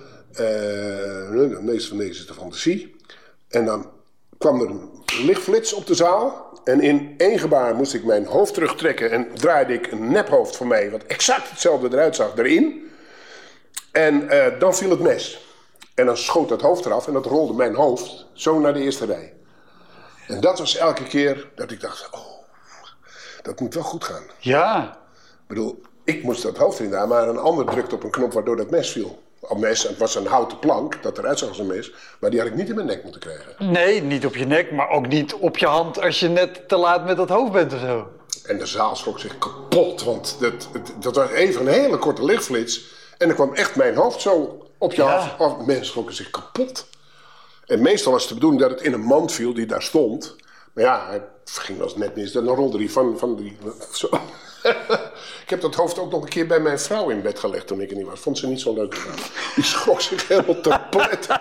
de meeste van deze is de fantasie. En dan kwam er een lichtflits op de zaal. En in 1 gebaar moest ik mijn hoofd terugtrekken en draaide ik een nephoofd van mij, wat exact hetzelfde eruit zag, erin. En dan viel het mes. En dan schoot dat hoofd eraf en dat rolde mijn hoofd zo naar de eerste rij. En dat was elke keer dat ik dacht, oh, dat moet wel goed gaan. Ja. Ik bedoel, ik moest dat hoofd erin draaien, maar een ander drukte op een knop waardoor dat mes viel. Het was een houten plank, dat eruit zag als een mes. Maar die had ik niet in mijn nek moeten krijgen. Nee, niet op je nek, maar ook niet op je hand als je net te laat met dat hoofd bent of zo. En de zaal schrok zich kapot, want dat was even een hele korte lichtflits. En dan kwam echt mijn hoofd zo op je af. Mensen schrokken zich kapot. En meestal was het de bedoeling dat het in een mand viel die daar stond. Maar ja, het ging wel eens net mis. Dan rolde hij van die... Zo. Ik heb dat hoofd ook nog een keer bij mijn vrouw in bed gelegd toen ik er niet was. Vond ze niet zo leuk gedaan. Die schrok zich helemaal te pletten.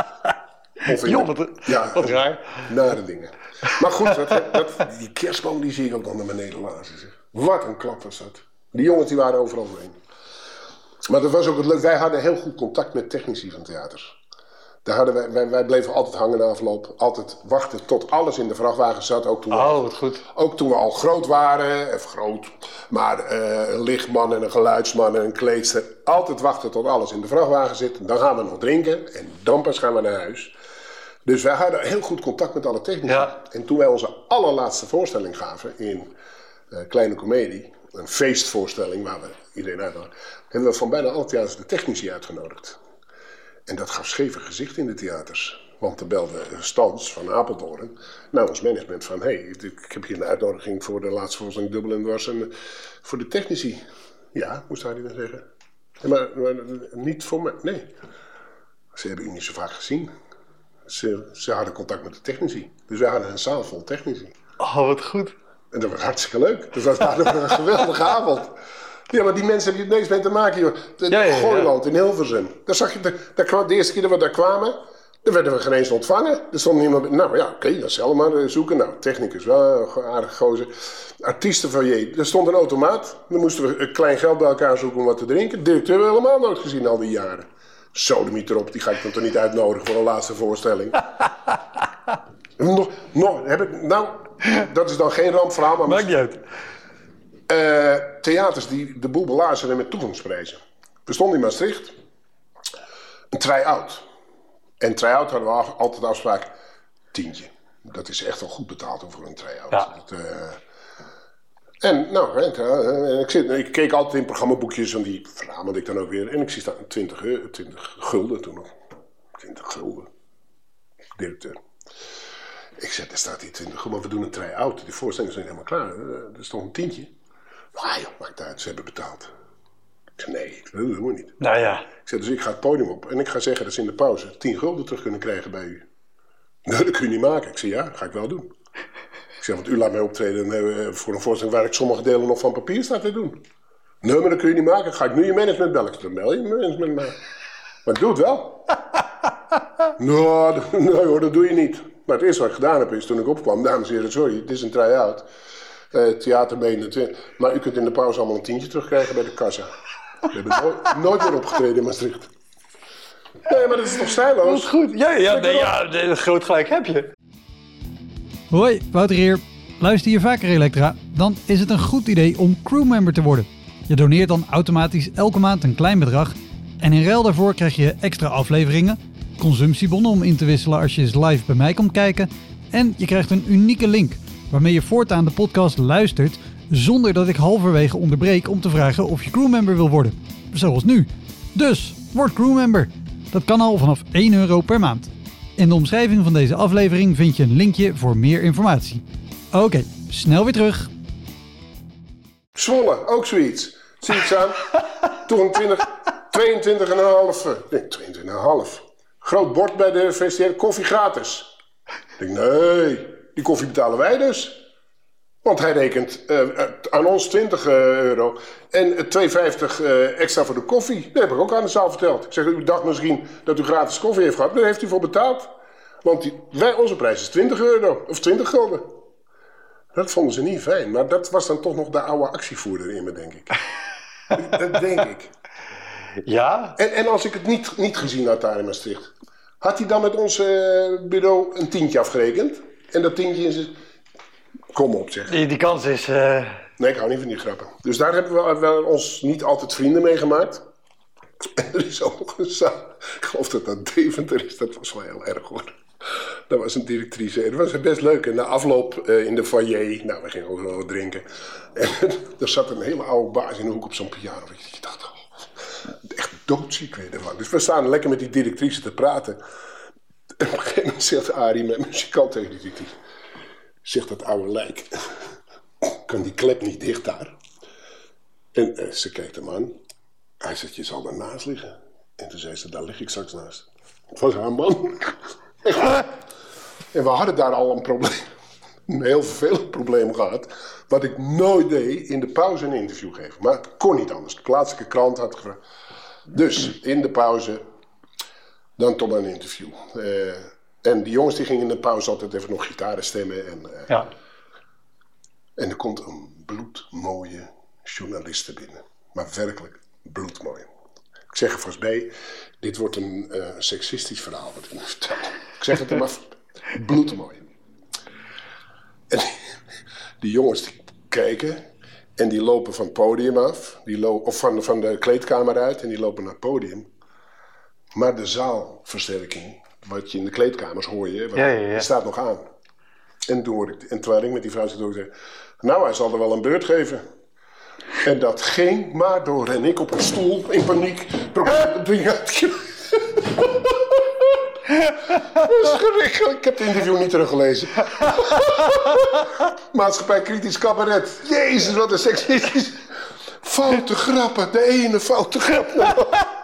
Wat raar. Nare dingen. Maar goed, die kerstboom die zie ik ook nog naar beneden lazen. Zeg. Wat een klap was dat. Die jongens die waren overal heen. Maar dat was ook het leuk. Wij hadden heel goed contact met technici van theaters. Wij bleven altijd hangen na afloop. Altijd wachten tot alles in de vrachtwagen zat. Ook Wat goed. Ook toen we al groot waren. Maar een lichtman en een geluidsman en een kleedster. Altijd wachten tot alles in de vrachtwagen zit. Dan gaan we nog drinken. En dan pas gaan we naar huis. Dus wij hadden heel goed contact met alle technici. Ja. En toen wij onze allerlaatste voorstelling gaven in Kleine Comedie. Een feestvoorstelling waar we iedereen uit hadden. Hebben we van bijna alle theaters de technici uitgenodigd. En dat gaf scheve gezicht in de theaters. Want er belde Stans van Apeldoorn naar ons management van... Hey, ik heb hier een uitnodiging voor de laatste voorstelling Dubbel en Dwars en voor de technici. Ja, moest hij dan zeggen. Ja, maar niet voor mij, nee. Ze hebben u niet zo vaak gezien. Ze hadden contact met de technici. Dus wij hadden een zaal vol technici. Wat goed. En dat was hartstikke leuk. Dus dat was een geweldige avond. Ja, maar die mensen hebben hier niks mee te maken, joh. Gooiland in Hilversum. Daar zag je, de eerste keer dat we daar kwamen, daar werden we geen eens ontvangen. Er stond niemand. Nou ja, oké, dat zal maar zoeken. Nou, technicus, wel een aardige gozer. Artiesten van je. Er stond een automaat. Dan moesten we een klein geld bij elkaar zoeken om wat te drinken. Directeur hebben we helemaal nooit gezien al die jaren. Sodemiet erop, die ga ik dan toch niet uitnodigen voor een laatste voorstelling. Dat is dan geen rampverhaal, maar... Maakt niet uit. Theaters die de boel belazeren met toegangsprijzen. We stonden in Maastricht. Een try-out. En try-out hadden we altijd de afspraak €10. Dat is echt wel goed betaald voor een try-out. Ja. Ik keek altijd in programmaboekjes en die verzamelde ik dan ook weer. En ik zie staan 20 gulden toen nog. 20 gulden. Directeur. Ik zeg, er staat hier 20 gulden, maar we doen een try-out. Die voorstellingen zijn helemaal klaar. Er stond een €10. Ah joh, maakt uit, ze hebben betaald. Ik zei, nee, dat doen we niet. Nou ja. Ik zei, dus ik ga het podium op en ik ga zeggen dat ze in de pauze 10 gulden terug kunnen krijgen bij u. Nee, dat kun je niet maken. Ik zei, ja, dat ga ik wel doen. Ik zei, want u laat mij optreden voor een voorstelling waar ik sommige delen nog van papier sta te doen. Nee, maar dat kun je niet maken. Ga ik nu je management bellen? Ik zei, dan bel je management maar doe het wel. Nee hoor, dat doe je niet. Maar het eerste wat ik gedaan heb is, toen ik opkwam, dames en heren, sorry, het is een try-out. Theaterbenen, maar u kunt in de pauze allemaal een €10 terugkrijgen bij de kassa. We hebben nooit meer opgetreden in Maastricht. Nee, maar dat is toch stijloos? Dat is goed. Ja, groot gelijk heb je. Hoi, Wouter hier. Luister je vaker Elektra? Dan is het een goed idee om crewmember te worden. Je doneert dan automatisch elke maand een klein bedrag. En in ruil daarvoor krijg je extra afleveringen, consumptiebonnen om in te wisselen als je eens live bij mij komt kijken. En je krijgt een unieke link waarmee je voortaan de podcast luistert zonder dat ik halverwege onderbreek om te vragen of je crewmember wil worden. Zoals nu. Dus, word crewmember. Dat kan al vanaf €1 per maand. In de omschrijving van deze aflevering vind je een linkje voor meer informatie. Oké, snel weer terug. Zwolle, ook zoiets. Zie je het aan? Toen 22,5. Groot bord bij de VCR, koffie gratis. Ik denk, nee, die koffie betalen wij dus. Want hij rekent aan ons €20 en €2,50 extra voor de koffie. Dat heb ik ook aan de zaal verteld. Ik zeg, u dacht misschien dat u gratis koffie heeft gehad. Daar heeft u voor betaald. Want onze prijs is €20 of 20 gulden. Dat vonden ze niet fijn. Maar dat was dan toch nog de oude actievoerder in me, denk ik. Dat denk ik. Ja? En als ik het niet gezien had daar in Maastricht, had hij dan met ons bureau een €10 afgerekend? En dat €10 in zijn... Kom op, zeg. Die kans is... Nee, ik hou niet van die grappen. Dus daar hebben we ons niet altijd vrienden mee gemaakt. En er is ook nog een zaal. Ik geloof dat dat Deventer is. Dat was wel heel erg hoor. Dat was een directrice. Dat was best leuk. En na afloop in de foyer. Nou, we gingen ook wel wat drinken. En er zat een hele oude baas in de hoek op zo'n piano. Ik dacht, echt doodziek weer ervan. Dus we staan lekker met die directrice te praten. En op een gegeven moment zegt Arie, mijn muzikant tegen die directrice. Zegt dat oude lijk. Kan die klep niet dicht daar? En ze kijkt hem aan. Hij zegt, je zal daarnaast liggen. En toen zei ze, daar lig ik straks naast. Het was haar man. En we hadden daar al een probleem. Een heel vervelend probleem gehad. Wat ik nooit deed, in de pauze een interview geven. Maar het kon niet anders. De plaatselijke krant had gevraagd. Dus, in de pauze, dan toch maar een interview. En die jongens die gingen in de pauze altijd even nog gitaren stemmen. En er komt een bloedmooie journaliste binnen. Maar werkelijk bloedmooi. Ik zeg er vast bij, dit wordt een seksistisch verhaal wat ik nu vertel. Ik zeg het er maar bloedmooi. En die jongens die kijken en die lopen van het podium af, of van de kleedkamer uit en die lopen naar het podium. Maar de zaalversterking, wat je in de kleedkamers hoor je, die staat nog aan. En terwijl ik met die vrouw zit ook zeggen, nou hij zal er wel een beurt geven. En dat ging maar door en ik op een stoel in paniek probeerde het ding uit te Dat is schrikkelijk. Ik heb het interview niet teruggelezen. Maatschappij kritisch cabaret. Jezus, wat een seksistisch. Foute grappen. De ene foute grap.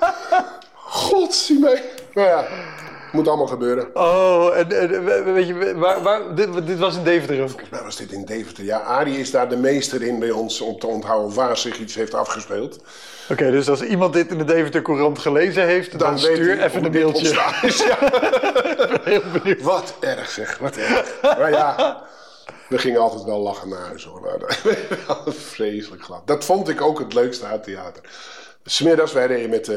God, zie mij. Nou ja, moet allemaal gebeuren. Oh, en weet je, dit was in Deventer ook? Volgens mij was dit in Deventer. Ja, Arie is daar de meester in bij ons om te onthouden waar zich iets heeft afgespeeld. Oké, dus als iemand dit in de Deventer Courant gelezen heeft, dan stuur even een mailtje. Ja. Heel benieuwd. Wat erg zeg, wat erg. Maar ja, we gingen altijd wel lachen naar huis hoor. Vreselijk glad. Dat vond ik ook het leukste aan het theater. 'S Middags, wij reden met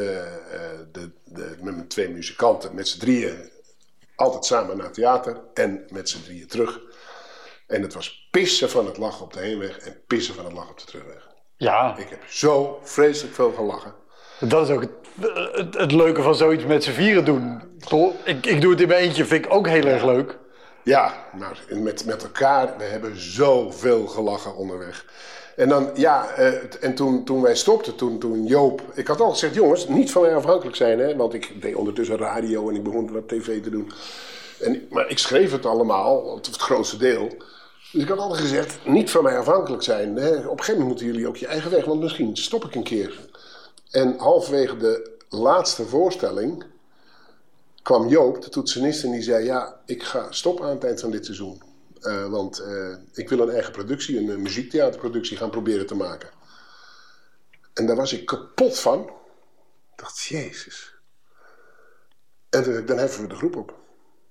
mijn 2 muzikanten, met z'n drieën, altijd samen naar het theater en met z'n drieën terug. En het was pissen van het lachen op de heenweg en pissen van het lachen op de terugweg. Ja. Ik heb zo vreselijk veel gelachen. Dat is ook het leuke van zoiets met z'n vieren doen. Ik doe het in mijn eentje, vind ik ook heel erg leuk. Ja, nou, met elkaar, we hebben zoveel gelachen onderweg. En dan, ja, en toen wij stopten, toen Joop... Ik had al gezegd, jongens, niet van mij afhankelijk zijn, hè. Want ik deed ondertussen radio en ik begon wat tv te doen. Maar ik schreef het allemaal, het grootste deel. Dus ik had altijd gezegd, niet van mij afhankelijk zijn. Hè. Op een gegeven moment moeten jullie ook je eigen weg, want misschien stop ik een keer. En halverwege de laatste voorstelling kwam Joop, de toetsenist, en die zei... Ja, ik ga stoppen aan het eind van dit seizoen. Want ik wil een eigen productie, een muziektheaterproductie gaan proberen te maken. En daar was ik kapot van. Ik dacht, jezus. En toen, dan heffen we de groep op.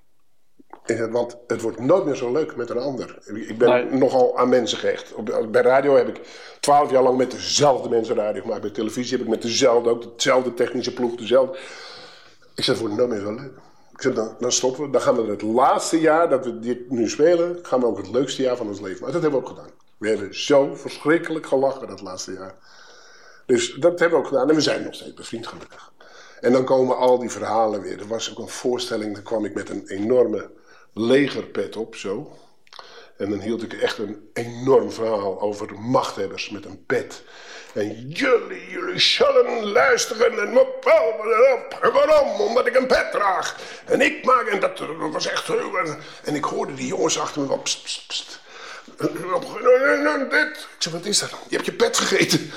Want het wordt nooit meer zo leuk met een ander. Ik ben nogal aan mensen gehecht. Bij radio heb ik 12 jaar lang met dezelfde mensen radio gemaakt. Bij televisie heb ik met dezelfde technische ploeg, dezelfde. Ik zei, het wordt nooit meer zo leuk. Ik zei, dan stoppen we. Dan gaan we het laatste jaar dat we dit nu spelen, gaan we ook het leukste jaar van ons leven. Maar dat hebben we ook gedaan. We hebben zo verschrikkelijk gelachen dat laatste jaar. Dus dat hebben we ook gedaan. En we zijn nog steeds bevriend, gelukkig. En dan komen al die verhalen weer. Er was ook een voorstelling, daar kwam ik met een enorme legerpet op, zo. En dan hield ik echt een enorm verhaal over machthebbers met een pet. En jullie zullen luisteren en waarom? Omdat ik een pet draag. En ik maak, en dat was echt... En ik hoorde die jongens achter me wel pst, pst, pst. Dit. Ik zei, wat is dat? Je hebt je pet gegeten.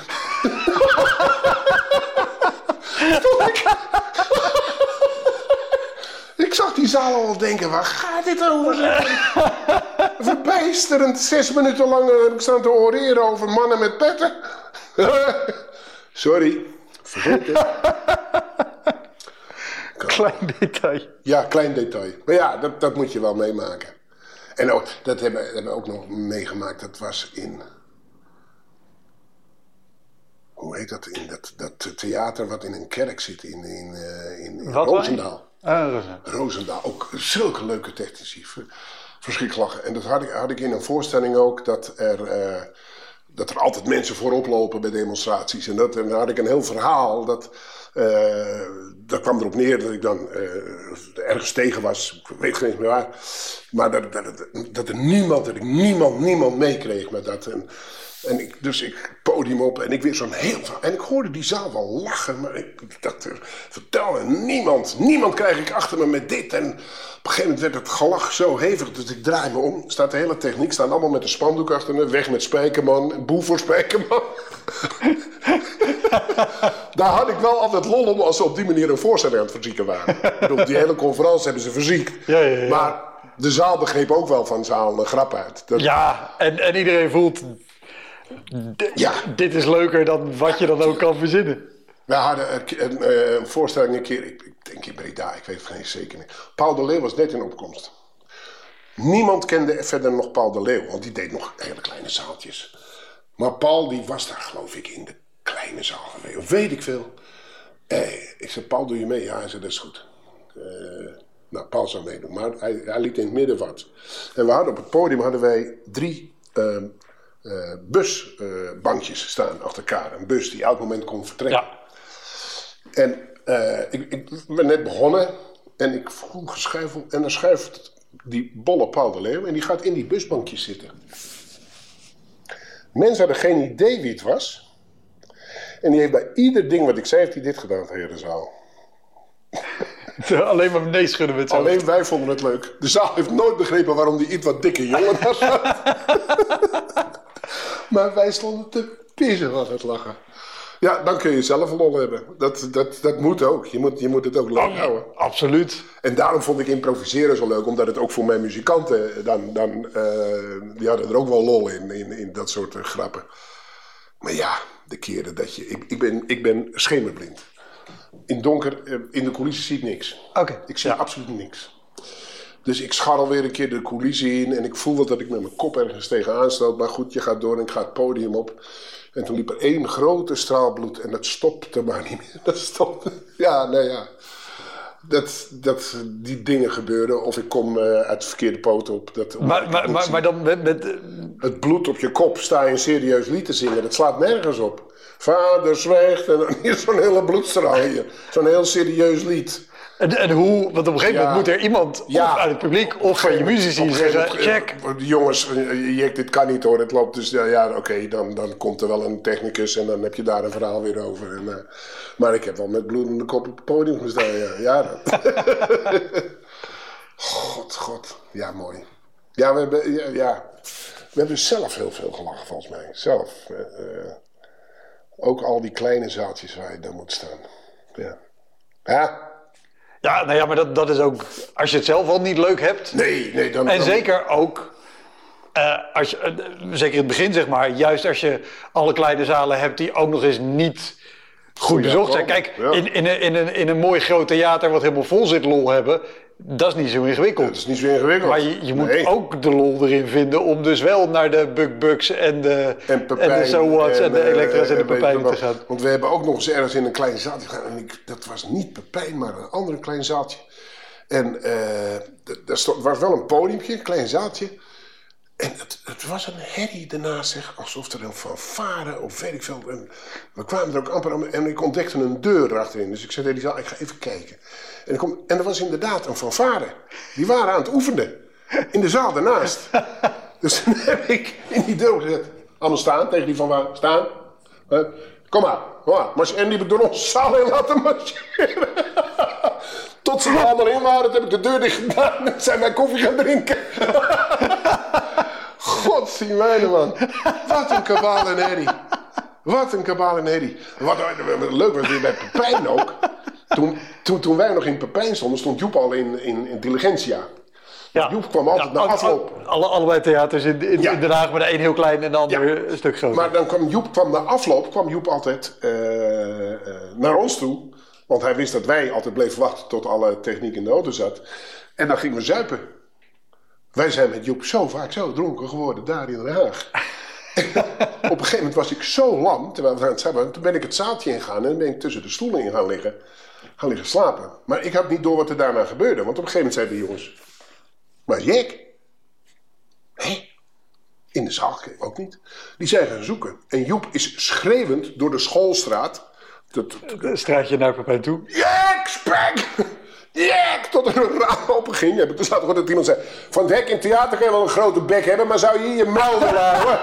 Ik zag die zaal al denken, waar gaat dit over? Verbijsterend, 6 minuten lang heb ik staan te oreren over mannen met petten. Sorry, vergeet het. Klein detail. Ja, klein detail. Maar ja, dat moet je wel meemaken. En ook, dat hebben we ook nog meegemaakt, dat was in... Hoe heet dat? In dat theater wat in een kerk zit in Roosendaal. Roosendaal, ook zulke leuke technici. Verschrikkelijk lachen. En dat had ik in een voorstelling ook, dat er altijd mensen voorop lopen bij demonstraties. En dan had ik een heel verhaal, dat kwam erop neer dat ik dan ergens tegen was. Ik weet geen eens meer waar. Maar dat ik niemand meekreeg met dat. Dus ik podium op en ik weer zo'n heel... En ik hoorde die zaal wel lachen, maar ik dacht, vertel niemand krijg ik achter me met dit. En op een gegeven moment werd het gelach zo hevig, dus ik draai me om. Staat de hele techniek, staan allemaal met een spandoek achter me. Weg met Spijkerman, boe voor Spijkerman. Daar had ik wel altijd lol om als ze op die manier een voorstelling aan het verzieken waren. Ik bedoel, die hele conferentie hebben ze verziekt. Ja. Maar de zaal begreep ook wel van zaal een grap uit. Ja, en iedereen voelt... Dit is leuker dan wat je dan ook kan verzinnen. We hadden een voorstelling een keer, ik denk in Breda, ik weet het geen zeker niet. Paul de Leeuw was net in opkomst. Niemand kende verder nog Paul de Leeuw, want die deed nog hele kleine zaaltjes. Maar Paul die was daar geloof ik in de kleine zaal geweest, of weet ik veel. Ik zei, Paul, doe je mee? Ja, hij zei, dat is goed. Nou, Paul zou meedoen, maar hij liet in het midden wat. En we hadden op het podium 3 busbankjes staan achter elkaar. Een bus die elk moment kon vertrekken. Ja. En ik ben net begonnen en ik voel geschuifel. En dan schuift die bolle Paul de Leeuw en die gaat in die busbankjes zitten. Mensen hadden geen idee wie het was. En die heeft bij ieder ding wat ik zei, heeft hij dit gedaan tegen de zaal. Alleen maar nee schudden met zo. Alleen wij vonden het leuk. De zaal heeft nooit begrepen waarom die iets wat dikke jongen was. Maar wij stonden te pissen van het lachen. Ja, dan kun je zelf lol hebben. Dat moet ook. Je moet het ook leuk houden. Absoluut. En daarom vond ik improviseren zo leuk. Omdat het ook voor mijn muzikanten... die hadden er ook wel lol in dat soort grappen. Maar ja, de keren dat je... Ik ben schemerblind. In donker, in de coulissen zie ik niks. Okay. Ik zie absoluut niks. Dus ik scharrel weer een keer de coulissen in. En ik voel wel dat ik met mijn kop ergens tegenaan stoot. Maar goed, je gaat door en ik ga het podium op. En toen liep er 1 grote straal bloed. En dat stopte maar niet meer. Dat stopte. Ja, nou ja. Die dingen gebeuren. Of ik kom uit de verkeerde poot op. Maar dan met... Het bloed op je kop, sta je een serieus lied te zingen. Dat slaat nergens op. Vader zwijgt en dan hier zo'n hele bloedstraal hier. Zo'n heel serieus lied. En hoe, want op een gegeven moment moet er iemand of uit het publiek of van je muzici zeggen, check. Jongens, dit kan niet hoor, het loopt dus, oké, dan komt er wel een technicus en dan heb je daar een verhaal weer over. Maar ik heb wel met bloedende kop op het podium gestaan, ja. God, ja mooi. Ja, we hebben zelf heel veel gelachen volgens mij, zelf. Ook al die kleine zaaltjes waar je dan moet staan. Ja. Ja, nou ja, maar dat is ook... Als je het zelf al niet leuk hebt... Nee, dan... En zeker ook... zeker in het begin, zeg maar... Juist als je alle kleine zalen hebt die ook nog eens niet goed bezocht zijn. Kijk, in een mooi groot theater wat helemaal vol zit lol hebben... Dat is niet zo ingewikkeld. Dat is niet zo ingewikkeld. Maar je moet ook de lol erin vinden om dus wel naar de Bugs en de So What's en de Elektra's en de Pepijn te gaan. Want we hebben ook nog eens ergens in een klein zaaltje gegaan. En dat was niet Pepijn, maar een ander klein zaaltje. En er was wel een podiumpje, een klein zaaltje. En het was een herrie daarna, zeg, alsof er een fanfare of weet ik veel. En we kwamen er ook amper en ik ontdekte een deur achterin. Dus ik zei tegen die zaal, ik ga even kijken. En er was inderdaad een fanfare. Die waren aan het oefenen. In de zaal daarnaast. Dus toen heb ik in die deur gezet. Allemaal staan, tegen die fanfare. Staan. Kom maar. En die hebben door onze zaal heen laten marcheren. Tot ze er allemaal in waren, heb ik de deur dicht gedaan. En zijn wij koffie gaan drinken. God, zie mij man. Wat een kabaal en herrie. Wat leuk was weer bij Pepijn ook. Toen wij nog in Pepijn stonden, stond Joep al in Diligentia. Ja. Joep kwam altijd naar afloop. Allebei theaters in Den Haag, maar de een heel klein en de ander een stuk groter. Maar dan kwam Joep na afloop altijd naar ons toe. Want hij wist dat wij altijd bleven wachten tot alle techniek in de auto zat. En dan gingen we zuipen. Wij zijn met Joep zo vaak zo dronken geworden daar in Den Haag. Op een gegeven moment was ik zo lam, terwijl we aan het zuipen. Toen ben ik het zaaltje ingegaan en dan ben ik tussen de stoelen in gaan liggen slapen. Maar ik had niet door wat er daarna gebeurde. Want op een gegeven moment zeiden de jongens, maar Jack? Hé? In de zaal ook niet. Die zijn gaan zoeken. En Joep is schreeuwend door de schoolstraat. Een straatje naar Pepijn toe. Jack, spek! Jack! Tot er een raam open ging. Heb ik dus laten horen dat iemand zei, van het hek in het theater kan je wel een grote bek hebben, maar zou je hier je muil willen houden?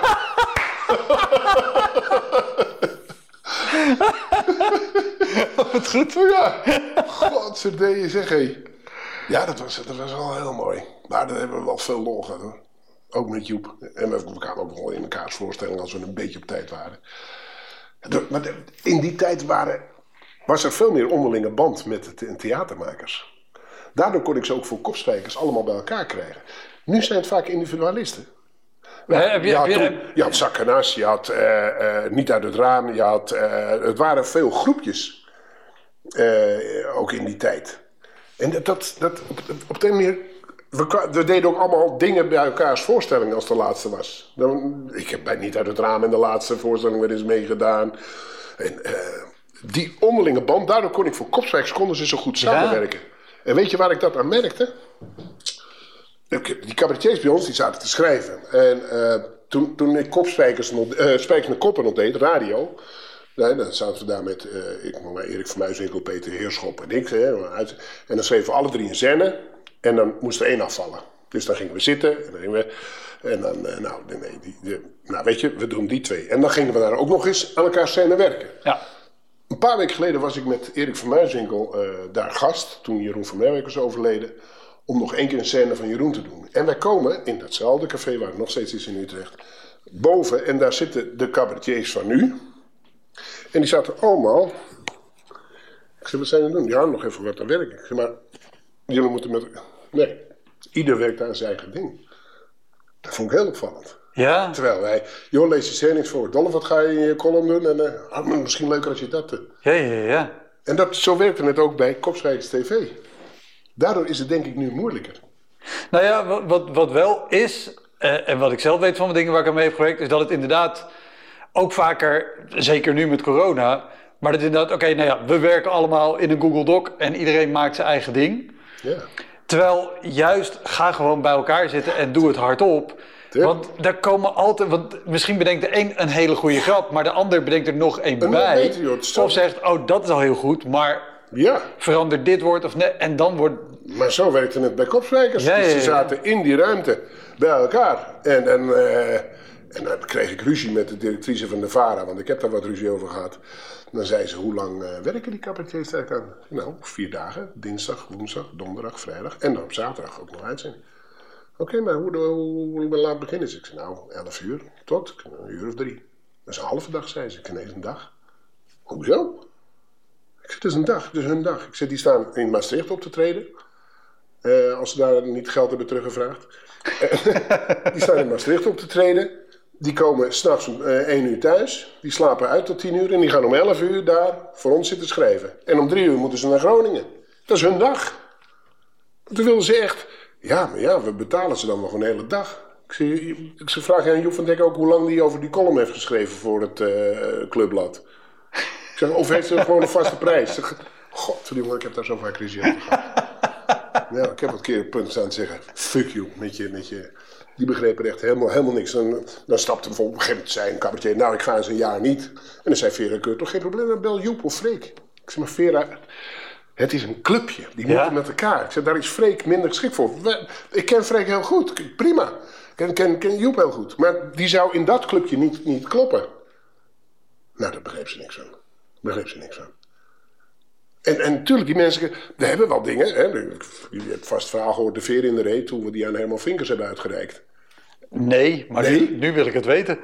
Wat goed. Ja. Godzijdank zeg hé. Ja, dat was wel heel mooi. Maar daar hebben we wel veel lol gehad hoor. Ook met Joep. En we kwamen ook wel in elkaars voorstelling als we een beetje op tijd waren. Maar in die tijd was er veel meer onderlinge band met de theatermakers. Daardoor kon ik ze ook voor kopspijkers allemaal bij elkaar krijgen. Nu zijn het vaak individualisten. Je had Zakkenas, je had Niet uit het raam, het waren veel groepjes. Ook in die tijd. En op de manier... We deden ook allemaal dingen bij elkaars voorstelling als de laatste was. Ik heb bij Niet uit het raam in de laatste voorstelling weer eens meegedaan. En die onderlinge band, daardoor kon ik voor Kopswijkers konden ze zo goed samenwerken. En weet je waar ik dat aan merkte? Die cabaretiers bij ons, die zaten te schrijven. En toen ik Spijkers met Koppen nog deed, radio... dan zaten we daar met Erik van Muiswinkel, Peter Heerschop en ik. En dan schreven we alle 3 een scène. En dan moest er 1 afvallen. Dus dan gingen we zitten. En dan gingen we... En dan, weet je, we doen die 2. En dan gingen we daar ook nog eens aan elkaar scène werken. Ja. Een paar weken geleden was ik met Erik van Muiswinkel daar gast. Toen Jeroen van Merwijk was overleden. Om nog 1 keer een scène van Jeroen te doen. En wij komen in datzelfde café waar het nog steeds is in Utrecht. Boven. En daar zitten de cabaretiers van nu. En die zaten allemaal... Ik zei, wat zijn we doen? Ja, nog even wat aan werken. Ik zei, maar jullie moeten met... Nee, ieder werkt aan zijn eigen ding. Dat vond ik heel opvallend. Ja. Terwijl wij... Joh, lees je scène niks voor. Dolf, wat ga je in je column doen? En misschien leuker als je dat doet. Ja. En zo werkte het ook bij Kopswijkers TV. Daardoor is het denk ik nu moeilijker. Nou ja, wat wel is... en wat ik zelf weet van de dingen waar ik aan mee heb gewerkt... is dat het inderdaad... ook vaker, zeker nu met corona... maar dat inderdaad, we werken allemaal in een Google Doc... en iedereen maakt zijn eigen ding. Ja. Terwijl juist, ga gewoon bij elkaar zitten en doe het hardop. Ja. Want daar komen altijd... Want misschien bedenkt de een hele goede grap... maar de ander bedenkt er nog één bij. Of zegt, dat is al heel goed, maar... verander dit woord of nee, en dan wordt... Maar zo werkte het bij Kopswijkers. Ja. Dus die zaten in die ruimte bij elkaar. En dan kreeg ik ruzie met de directrice van de VARA, want ik heb daar wat ruzie over gehad. Dan zei ze, hoe lang werken die cabaretiers daar aan? Nou, 4 dagen. Dinsdag, woensdag, donderdag, vrijdag. En dan op zaterdag ook nog uitzending. Oké, maar hoe laat beginnen ze? Ik zei, 11 uur tot 1 uur of 3. Dat is een halve dag, zei ze. Nee, een dag. Hoezo? Ik zei, het is een dag, het is hun dag. Ik zei, die staan in Maastricht op te treden. Als ze daar niet geld hebben teruggevraagd. Die staan in Maastricht op te treden. Die komen 's nachts om 1 uur thuis. Die slapen uit tot 10 uur. En die gaan om 11 uur daar voor ons zitten schrijven. En om 3 uur moeten ze naar Groningen. Dat is hun dag. Toen wilden ze echt... Ja, we betalen ze dan nog een hele dag. Ik vraag aan Joep van Dek ook hoe lang die over die column heeft geschreven voor het clubblad. Ik zeg, of heeft ze gewoon een vaste prijs? Godverdomme, ik heb daar zo vaak ruzie over gehad. Ja, ik heb wat keer op punt staan te zeggen, fuck you, met je... Die begrepen echt helemaal niks. Dan stapte bijvoorbeeld op een gegeven moment zijn cabaretier, ik ga eens een jaar niet. En dan zei Vera Keur, toch geen probleem, dan bel Joep of Freek. Ik zeg, maar Vera, het is een clubje, die moeten met elkaar. Ik zeg, daar is Freek minder geschikt voor. Ik ken Freek heel goed, prima. Ik ken Joep heel goed. Maar die zou in dat clubje niet kloppen. Nou, daar begreep ze niks van. En natuurlijk, die mensen, we hebben wel dingen. Hè? Je hebt vast verhaal gehoord, de veer in de reet, toen we die aan Herman Vinkers hebben uitgereikt. Nee, maar nu wil ik het weten.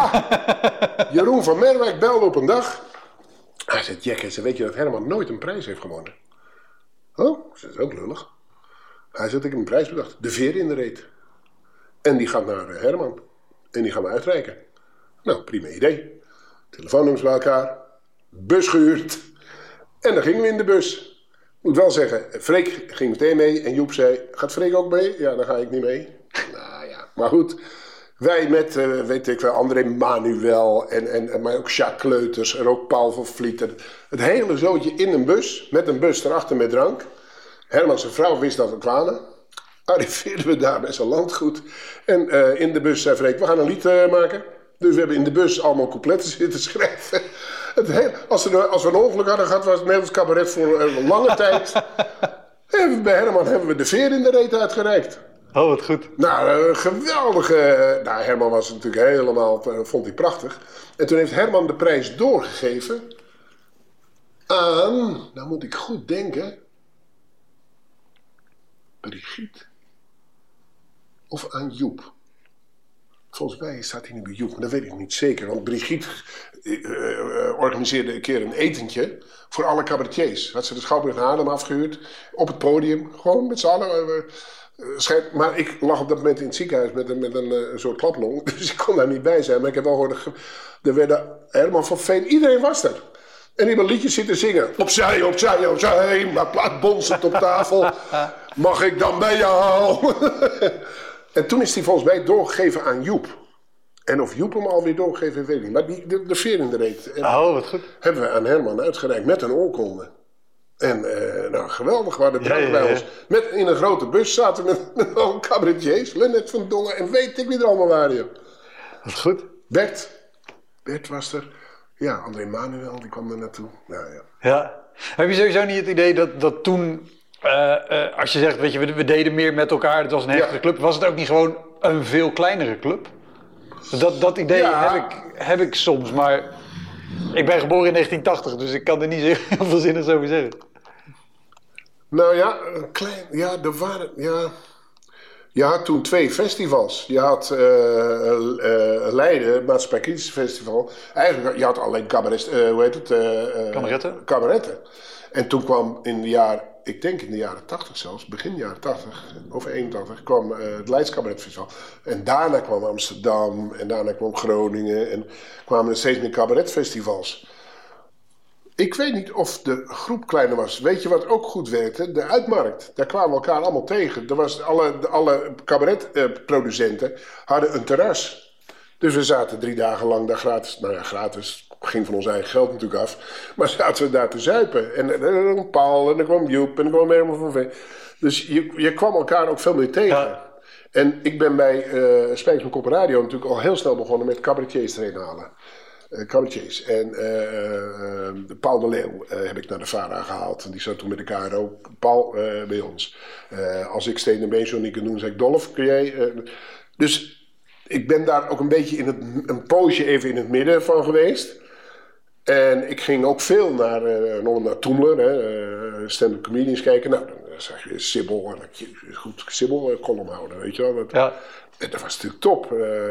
Jeroen van Merwijk belde op een dag. Hij zei, Jack, weet je dat Herman nooit een prijs heeft gewonnen? Oh, dat is ook lullig. Hij zei, ik heb een prijs bedacht. De veer in de reet. En die gaat naar Herman. En die gaan we uitreiken. Nou, prima idee. Telefoonnummers bij elkaar. Bus gehuurd. En dan gingen we in de bus. Ik moet wel zeggen, Freek ging meteen mee. En Joep zei, gaat Freek ook mee? Ja, dan ga ik niet mee. Nou ja, maar goed. Wij met, weet ik wel, André Manuel. Maar ook Jacques Kleuters. En ook Paul van Vliet. Het hele zootje in een bus. Met een bus erachter met drank. Herman zijn vrouw wist dat we kwamen. Arriveerden we daar met zijn landgoed. En in de bus zei Freek, we gaan een lied maken. Dus we hebben in de bus allemaal coupletten zitten schrijven. Als we een ongeluk hadden gehad, was het Nederlands cabaret voor een lange tijd. En bij Herman hebben we de veer in de reet uitgereikt. Oh, wat goed. Nou, geweldige... Herman was natuurlijk helemaal... vond hij prachtig. En toen heeft Herman de prijs doorgegeven aan... Nou moet ik goed denken... Brigitte. Of aan Joep. Volgens mij staat hij nu bij Joep, maar dat weet ik niet zeker. Want Brigitte organiseerde een keer een etentje voor alle cabaretiers. Had ze de Schouwburg Haarlem afgehuurd, op het podium. Gewoon met z'n allen. Maar ik lag op dat moment in het ziekenhuis met een soort klaplong. Dus ik kon daar niet bij zijn. Maar ik heb wel gehoord, er werden Herman van Veen, iedereen was er. En die hebben liedjes zitten zingen. Opzij, opzij, opzij, maar plaat bonsend op tafel. Mag ik dan bij jou? En toen is hij volgens mij doorgegeven aan Joep. En of Joep hem alweer doorgeeft, weet ik niet. Maar de veer in de reet. Wat goed. Hebben we aan Herman uitgereikt met een oorkonde. En geweldig, we hadden drank bij ons. In een grote bus zaten we met al cabaretiers. Lennart van Dongen en weet ik wie er allemaal waren. Joh. Wat goed. Bert was er. Ja, André Manuel, die kwam er naartoe. Ja. Heb je sowieso niet het idee dat toen, als je zegt, weet je, we deden meer met elkaar, het was een hechtere club, was het ook niet gewoon een veel kleinere club? Dat idee heb ik soms, maar ik ben geboren in 1980, dus ik kan er niet zo heel veel zinnigs over zeggen. Nou ja, er waren, je had toen 2 festivals. Je had Leiden, het Maatschappij Kritisch Festival. Eigenlijk, je had alleen kameretten. En toen kwam in de jaren 80 zelfs, begin jaren 80 of 81, kwam het Leids Cabaretfestival. En daarna kwam Amsterdam en daarna kwam Groningen en kwamen er steeds meer cabaretfestivals. Ik weet niet of de groep kleiner was. Weet je wat ook goed werkte? De uitmarkt. Daar kwamen we elkaar allemaal tegen. Er was alle cabaretproducenten hadden een terras. Dus we zaten 3 dagen lang daar gratis. Nou ja, gratis. Ging van ons eigen geld natuurlijk af. Maar zaten we daar te zuipen. En dan kwam Paul en dan kwam Joep en dan kwam Herman van Veen. Dus je kwam elkaar ook veel meer tegen. Ja. En ik ben bij Spijkers met Kop Radio natuurlijk al heel snel begonnen met cabaretiers erin halen. Cabaretiers. En Paul de Leeuw heb ik naar de VARA gehaald. En die zat toen met de KRO. Paul bij ons. Als ik Steen en Been niet kan doen, zei ik Dolf, kun jij... Dus ik ben daar ook een beetje een poosje even in het midden van geweest. En ik ging ook veel naar Toemler, stand-up comedians kijken. Nou, dan zag je Sibbel. En goed, Sibbel column houden, weet je wel. En dat was natuurlijk top.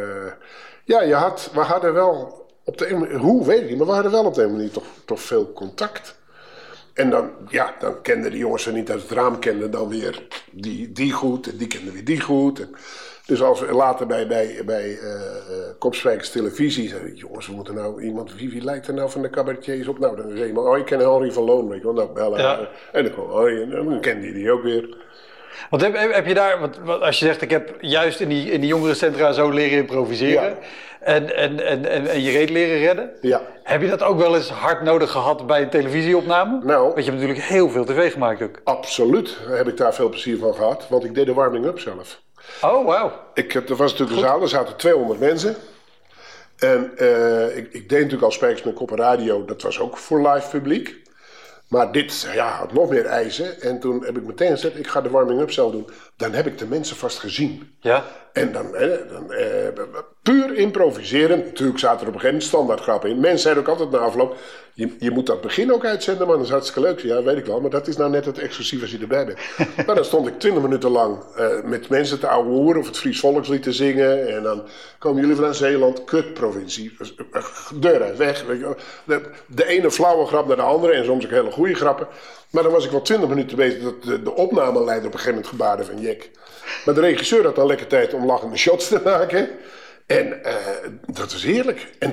We hadden wel... Hoe weet ik niet, maar we hadden wel op de manier toch veel contact. En dan kenden de jongens die niet uit het raam kenden, dan weer die goed en die kenden weer die goed. En dus als we later bij Kopspijkers televisie zeiden, jongens, we moeten nou iemand, wie lijkt er nou van de cabaretiers op? Nou, dan zei iemand, ik ken Henry van Loon, weet je wel, nou bellen. Ja. En dan kwam Henry en dan kende je die ook weer. Want heb je daar, want als je zegt, ik heb juist in die jongerencentra zo leren improviseren. Ja. En je reet leren redden. Ja. Heb je dat ook wel eens hard nodig gehad bij een televisieopname? Nou, want je hebt natuurlijk heel veel tv gemaakt ook. Absoluut heb ik daar veel plezier van gehad. Want ik deed de warming-up zelf. Oh, wauw. Er was natuurlijk een zaal, er zaten 200 mensen. En ik deed natuurlijk al Spijkers met Kop Radio. Dat was ook voor live publiek. Maar dit had nog meer eisen. En toen heb ik meteen gezegd, ik ga de warming-up zelf doen. Dan heb ik de mensen vast gezien. Ja. En dan puur improviseren. Natuurlijk zaten er op een gegeven moment standaardgrappen in. Mensen zeiden ook altijd na afloop, je moet dat begin ook uitzenden, man. Dat is hartstikke leuk. Ja, weet ik wel. Maar dat is nou net het exclusief als je erbij bent. Maar dan stond ik 20 minuten lang met mensen te ouwehoeren of het Fries volkslied te zingen. En dan komen jullie vanuit Zeeland, kutprovincie. Deur uit, weg. Weet je wel. De ene flauwe grap naar de andere en soms ook hele goede grappen. Maar dan was ik wel 20 minuten bezig dat de opnameleider op een gegeven moment gebaarde van Jek. Maar de regisseur had dan lekker tijd om lachende shots te maken. En dat was heerlijk. En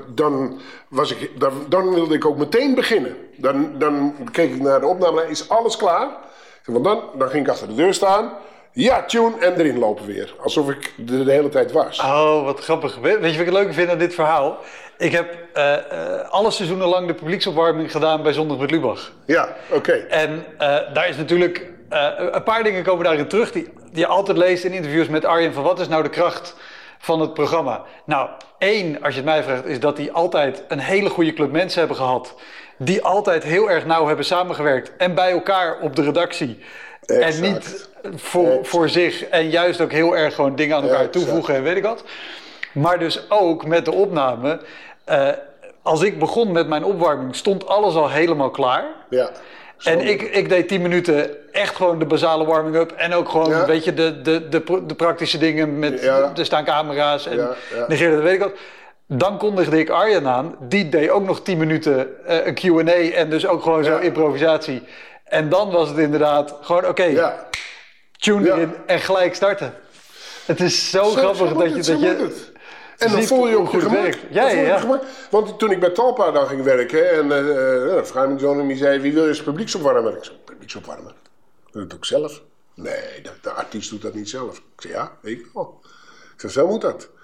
dan wilde ik ook meteen beginnen. Dan keek ik naar de opname, is alles klaar? Want dan ging ik achter de deur staan. Ja, tune en erin lopen weer. Alsof ik er de hele tijd was. Oh, wat grappig. Weet je wat ik leuk vind aan dit verhaal? Ik heb alle seizoenen lang de publieksopwarming gedaan bij Zondag met Lubach. Ja, oké. En daar is natuurlijk... een paar dingen komen daarin terug die je altijd leest in interviews met Arjen van wat is nou de kracht van het programma. Nou, 1, als je het mij vraagt, is dat die altijd een hele goede club mensen hebben gehad. Die altijd heel erg nauw hebben samengewerkt. En bij elkaar op de redactie. Exact. En niet voor zich. En juist ook heel erg gewoon dingen aan elkaar toevoegen en weet ik wat. Maar dus ook met de opname. Als ik begon met mijn opwarming, stond alles al helemaal klaar. Ja. En ik deed 10 minuten echt gewoon de basale warming-up. En ook gewoon, weet je, de praktische dingen met... Er staan camera's en negeerde, dat weet ik wat. Dan kondigde ik Arjen aan. Die deed ook nog 10 minuten een Q&A en dus ook gewoon zo improvisatie. En dan was het inderdaad gewoon, tune erin en gelijk starten. Het is zo grappig dat je... En dan voel je op je gemak. Ja. Want toen ik bij Talpa dan ging werken en de vergaderingszoon die zei, wie wil je als publieksopwarmer? Ik zei, publieksopwarmer? Dat doe ik zelf. Nee, de artiest doet dat niet zelf. Ik zei, ja, weet ik wel. Ik zei, zo moet dat.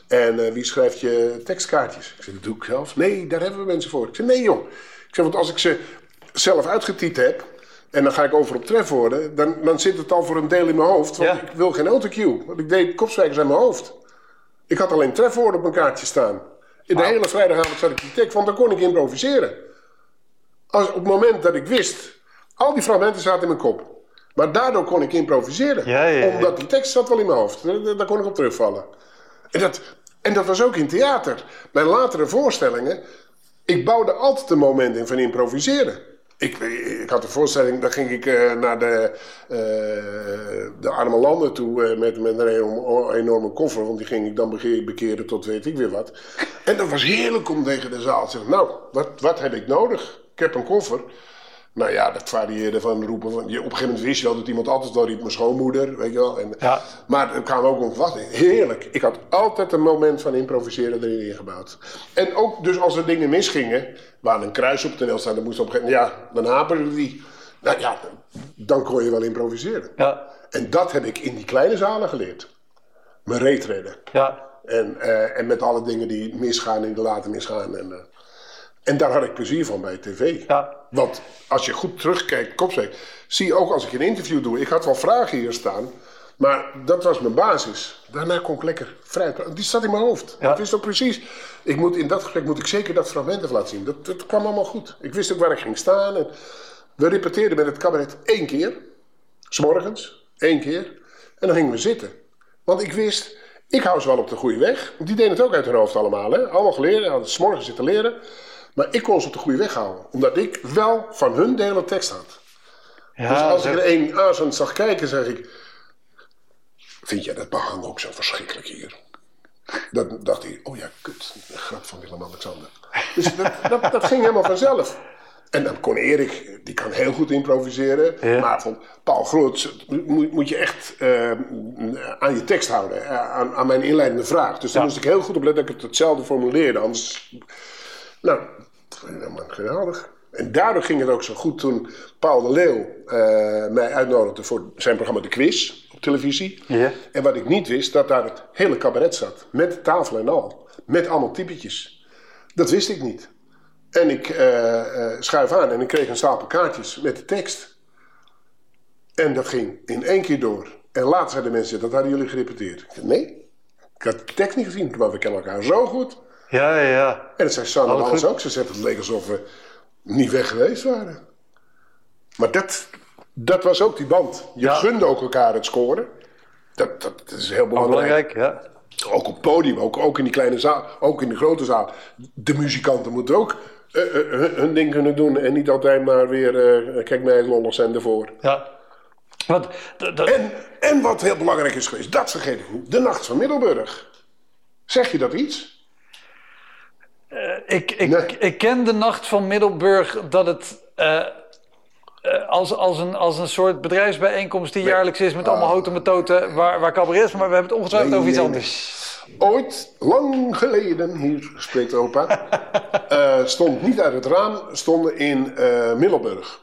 En wie schrijft je tekstkaartjes? Ik zei, dat doe ik zelf. Nee, daar hebben we mensen voor. Ik zei, nee joh. Ik zei, want als ik ze zelf uitgetypt heb... en dan ga ik over op trefwoorden... dan zit het al voor een deel in mijn hoofd. Want ik wil geen autocue. Want ik deed kopzwijgers aan mijn hoofd. Ik had alleen trefwoorden op mijn kaartje staan. In de hele vrijdagavond zat ik die tekst. Want dan kon ik improviseren. Op het moment dat ik wist... al die fragmenten zaten in mijn kop. Maar daardoor kon ik improviseren. Omdat die tekst zat wel in mijn hoofd. Daar kon ik op terugvallen. En dat was ook in theater. Mijn latere voorstellingen... ik bouwde altijd een moment in van improviseren. Ik had een voorstelling, dan ging ik naar de arme landen toe met een enorme koffer. Want die ging ik dan bekeren tot weet ik weer wat. En dat was heerlijk om tegen de zaal te zeggen, nou, wat heb ik nodig? Ik heb een koffer. Nou ja, dat varieerde van roepen. Op een gegeven moment wist je wel dat iemand altijd wel riep, mijn schoonmoeder, weet je wel. Maar er kwamen ook nog wat. Heerlijk. Ik had altijd een moment van improviseren erin ingebouwd. En ook dus als er dingen misgingen, waar een kruis op het toneel staat, dan moest op een gegeven moment, dan haperde die. Nou ja, dan kon je wel improviseren. Ja. En dat heb ik in die kleine zalen geleerd. Mijn reet redden. Ja. En met alle dingen die misgaan en die laten misgaan. En daar had ik plezier van bij tv. Ja. Want als je goed terugkijkt, zie je ook als ik een interview doe. Ik had wel vragen hier staan, maar dat was mijn basis. Daarna kon ik lekker vrij. Die zat in mijn hoofd. Ja. Ik wist ook precies. In dat gesprek moet ik zeker dat fragment even laten zien. Dat kwam allemaal goed. Ik wist ook waar ik ging staan. En we repeteerden met het cabaret 1 keer. 's Morgens, 1 keer. En dan gingen we zitten. Want ik wist, ik hou ze wel op de goede weg. Die deden het ook uit hun hoofd allemaal. Hè? Allemaal geleerd, hadden 's morgens zitten leren. Maar ik kon ze op de goede weg houden. Omdat ik wel van hun de hele tekst had. Ja, dus als ik er één aan zag kijken, zeg ik... Vind jij dat behang ook zo verschrikkelijk hier? Dan dacht hij, oh ja, kut. Een grap van Willem-Alexander. Dus dat ging helemaal vanzelf. En dan kon Erik, die kan heel goed improviseren. Ja. Maar van Paul Groot moet je echt aan je tekst houden. Aan mijn inleidende vraag. Dus daar moest ik heel goed op letten dat ik hetzelfde formuleerde. Anders... Nou, dat vond ik helemaal geweldig. En daardoor ging het ook zo goed toen Paul de Leeuw mij uitnodigde voor zijn programma De Quiz op televisie. Ja. En wat ik niet wist, dat daar het hele cabaret zat. Met tafel en al. Met allemaal typetjes. Dat wist ik niet. En ik schuif aan en ik kreeg een stapel kaartjes met de tekst. En dat ging in 1 keer door. En later zeiden de mensen, dat hadden jullie gerepeteerd. Ik zei, nee, ik had de tekst niet gezien, maar we kennen elkaar zo goed. Ja, ja. En dat zei Sanne alles ook. Ze zette het leek alsof we niet weg geweest waren. Maar dat was ook die band. Je gunde ook elkaar het scoren. Dat is heel belangrijk. Ja. Ook op het podium, ook in die kleine zaal, ook in de grote zaal. De muzikanten moeten ook hun ding kunnen doen. En niet altijd maar weer, kijk mij lollig zijn ervoor. Ja. En wat heel belangrijk is geweest, dat vergeet ik niet. De Nacht van Middelburg. Zeg je dat iets? Ik ken de Nacht van Middelburg dat het als een soort bedrijfsbijeenkomst die jaarlijks is met allemaal houten metoten waar cabaret is, maar we hebben het ongetwijfeld over iets anders. Ooit, lang geleden, hier spreekt opa, stond niet uit het raam, stonden in Middelburg.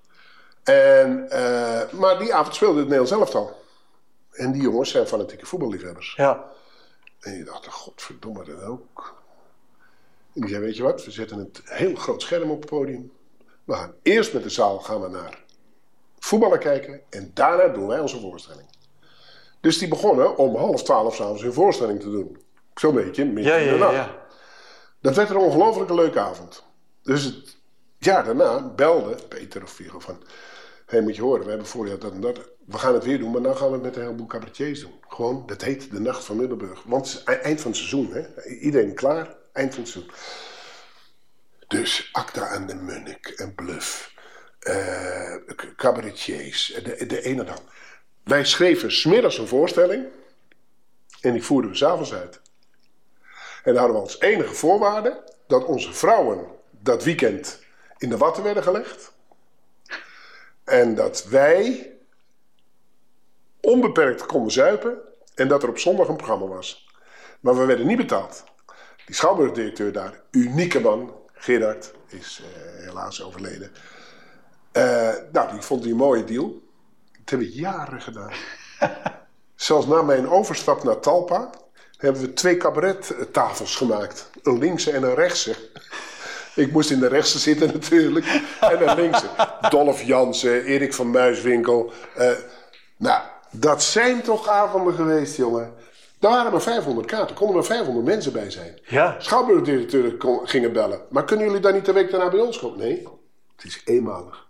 Maar die avond speelde het Nederlands elftal. En die jongens zijn fanatieke voetballiefhebbers. Ja. En je dacht, godverdomme dat ook. En die zei, weet je wat, we zetten een heel groot scherm op het podium. We gaan eerst met de zaal gaan we naar voetballen kijken en daarna doen wij onze voorstelling. Dus die begonnen om 11:30 s'avonds hun voorstelling te doen. Zo'n beetje, midden in de nacht. Ja. Dat werd een ongelooflijke leuke avond. Dus het jaar daarna belde Peter of Vigo van... Hé, moet je horen, we hebben vorig jaar dat en dat. We gaan het weer doen, maar dan gaan we het met een heleboel cabaretiers doen. Gewoon, dat heet de Nacht van Middelburg. Want het is eind van het seizoen, hè. Iedereen klaar, eind van het seizoen. Dus Acta en de Munnik en Bluff. Cabaretiers, de ene dan. Wij schreven 's middags een voorstelling. En die voerden we 's avonds uit. En dan hadden we als enige voorwaarde dat onze vrouwen dat weekend in de watten werden gelegd. En dat wij onbeperkt konden zuipen en dat er op zondag een programma was. Maar we werden niet betaald. Die schouwburgdirecteur daar, unieke man, Gerard, is helaas overleden. Die vond hij een mooie deal. Dat hebben we jaren gedaan. Zelfs na mijn overstap naar Talpa hebben we 2 cabarettafels gemaakt. Een linkse en een rechtse. Ik moest in de rechtse zitten natuurlijk. En een linkse. Dolf Jansen, Erik van Muiswinkel. Nou, dat zijn toch avonden geweest, jongen. Daar waren maar 500 kaarten. Er konden maar 500 mensen bij zijn. Ja. Schouwburgdirecteuren gingen bellen. Maar kunnen jullie dan niet de week daarna bij ons komen? Nee, het is eenmalig.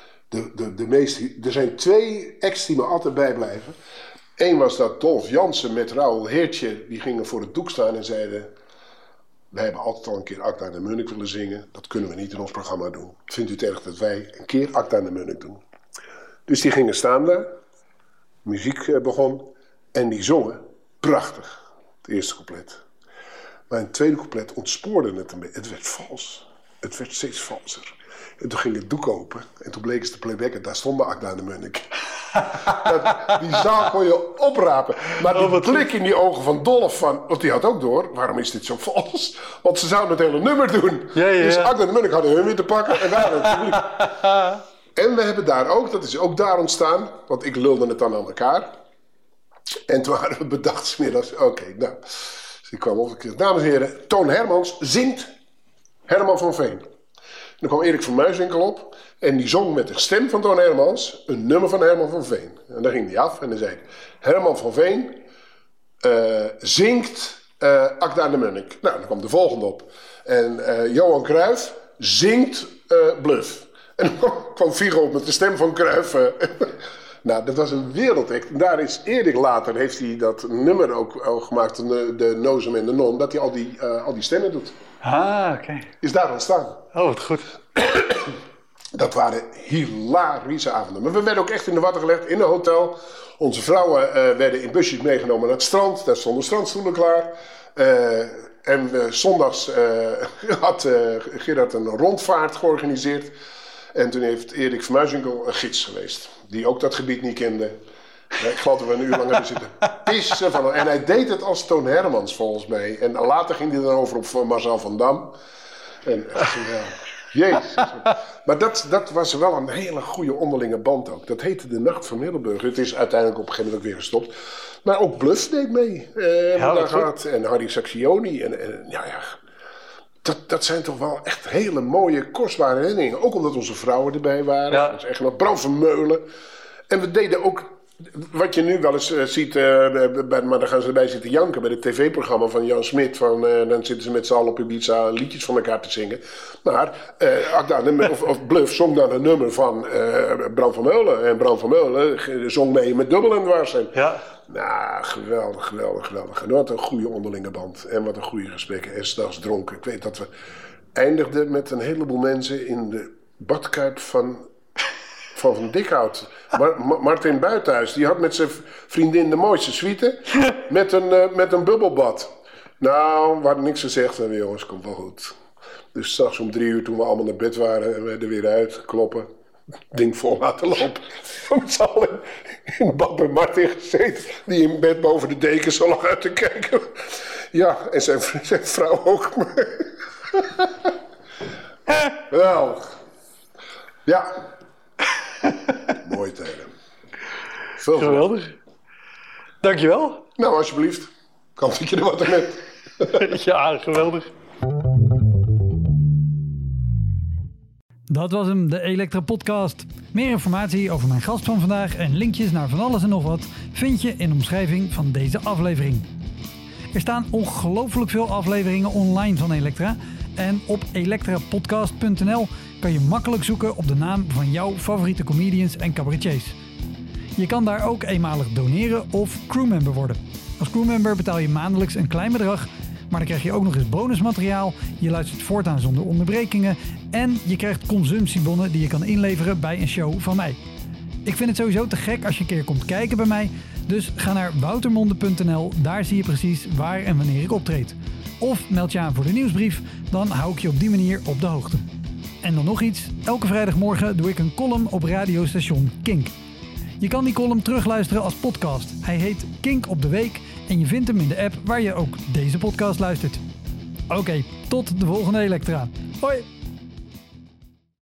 Er zijn 2 acts die me altijd bijblijven. Eén was dat Dolf Jansen met Raoul Heertje, die gingen voor het doek staan en zeiden: wij hebben altijd al een keer Akda en de Munnik willen zingen. Dat kunnen we niet in ons programma doen. Vindt u het erg dat wij een keer Akda en de Munnik doen? Dus die gingen staan daar. Muziek begon. En die zongen prachtig. Het eerste couplet. Maar in het tweede couplet ontspoorde het een beetje. Het werd vals. Het werd steeds valser. En toen ging het doek open. En toen bleek ze te playbacken. Daar stond Akda en de Munnik. Die zaal kon je oprapen. Maar die blik in die ogen van Dolf, want die had ook door. Waarom is dit zo vals? Want ze zouden het hele nummer doen. Ja. Dus Akda en de Munnik hadden hun weer te pakken. En daar het publiek. En we hebben daar ook, dat is ook daar ontstaan. Want ik lulde het dan aan elkaar. En toen waren we bedacht 's middags. Oké, nou. Dus ik kwam op. Ik zei: dames en heren, Toon Hermans zingt Herman van Veen. En dan kwam Erik van Muiswinkel op. En die zong met de stem van Toon Hermans een nummer van Herman van Veen. En dan ging hij af en dan zei ik: Herman van Veen zingt Akda en de Munnik. Nou, dan kwam de volgende op. En Johan Cruijff zingt Bluff. En dan kwam Figo op met de stem van Cruijff. Nou, dat was een wereldact. En daar is Erik later, heeft hij dat nummer ook gemaakt, de Nozem en de Non, dat hij al die stemmen doet. Ah, oké. Is daar ontstaan. Oh, wat goed. Dat waren hilarische avonden. Maar we werden ook echt in de watten gelegd in een hotel. Onze vrouwen werden in busjes meegenomen naar het strand. Daar stonden strandstoelen klaar. En zondags had Gerard een rondvaart georganiseerd. En toen heeft Erik van Muiswinkel een gids geweest. Die ook dat gebied niet kende. Ik geloof dat we een uur lang hebben zitten pissen van hem. En hij deed het als Toon Hermans volgens mij. En later ging hij dan over op Marcel van Dam. En jezus. Maar dat was wel een hele goede onderlinge band ook. Dat heette De Nacht van Middelburg. Het is uiteindelijk op een gegeven moment ook weer gestopt. Maar ook Bluff deed mee. En Harry Saxioni. Dat zijn toch wel echt hele mooie, kostbare herinneringen. Ook omdat onze vrouwen erbij waren. Ja. Dat is echt nog Bram Vermeulen. En we deden ook, wat je nu wel eens ziet, maar dan gaan ze erbij zitten janken bij het tv-programma van Jan Smit. Dan zitten ze met z'n allen op Ibiza liedjes van elkaar te zingen. Maar Akda of Bluff zong dan een nummer van Bram Vermeulen. En Bram Vermeulen zong mee met Dubbel en Dwars. Ja. Nou, geweldig. En wat een goede onderlinge band. En wat een goede gesprekken. En 's nachts dronken. Ik weet dat we eindigden met een heleboel mensen in de badkuip van Dikhout. Martin Buitenhuis, die had met zijn vriendin de mooiste suite. Met een bubbelbad. Nou, we hadden niks gezegd. En jongens, komt wel goed. Dus 's nachts om 3 uur, toen we allemaal naar bed waren, en we er weer uit, kloppen. Ding vol laten lopen. We z'n allen in bad bij Martin gezeten. Die in bed boven de deken zo lag uit te kijken. Ja, en zijn vrouw ook. Geweldig. Ja. Mooie tijden. Veel Geweldig. Dankjewel. Nou, alsjeblieft. Kan ik je er wat aan hebt. Ja, geweldig. Dat was hem, de Elektra Podcast. Meer informatie over mijn gast van vandaag en linkjes naar van alles en nog wat vind je in de omschrijving van deze aflevering. Er staan ongelooflijk veel afleveringen online van Elektra. En op elektrapodcast.nl kan je makkelijk zoeken op de naam van jouw favoriete comedians en cabaretiers. Je kan daar ook eenmalig doneren of crewmember worden. Als crewmember betaal je maandelijks een klein bedrag, maar dan krijg je ook nog eens bonusmateriaal. Je luistert voortaan zonder onderbrekingen en je krijgt consumptiebonnen die je kan inleveren bij een show van mij. Ik vind het sowieso te gek als je een keer komt kijken bij mij. Dus ga naar woutermonde.nl, daar zie je precies waar en wanneer ik optreed. Of meld je aan voor de nieuwsbrief, dan hou ik je op die manier op de hoogte. En dan nog iets, elke vrijdagmorgen doe ik een column op radiostation Kink. Je kan die column terugluisteren als podcast. Hij heet Kink op de Week en je vindt hem in de app waar je ook deze podcast luistert. Oké, tot de volgende Elektra. Hoi!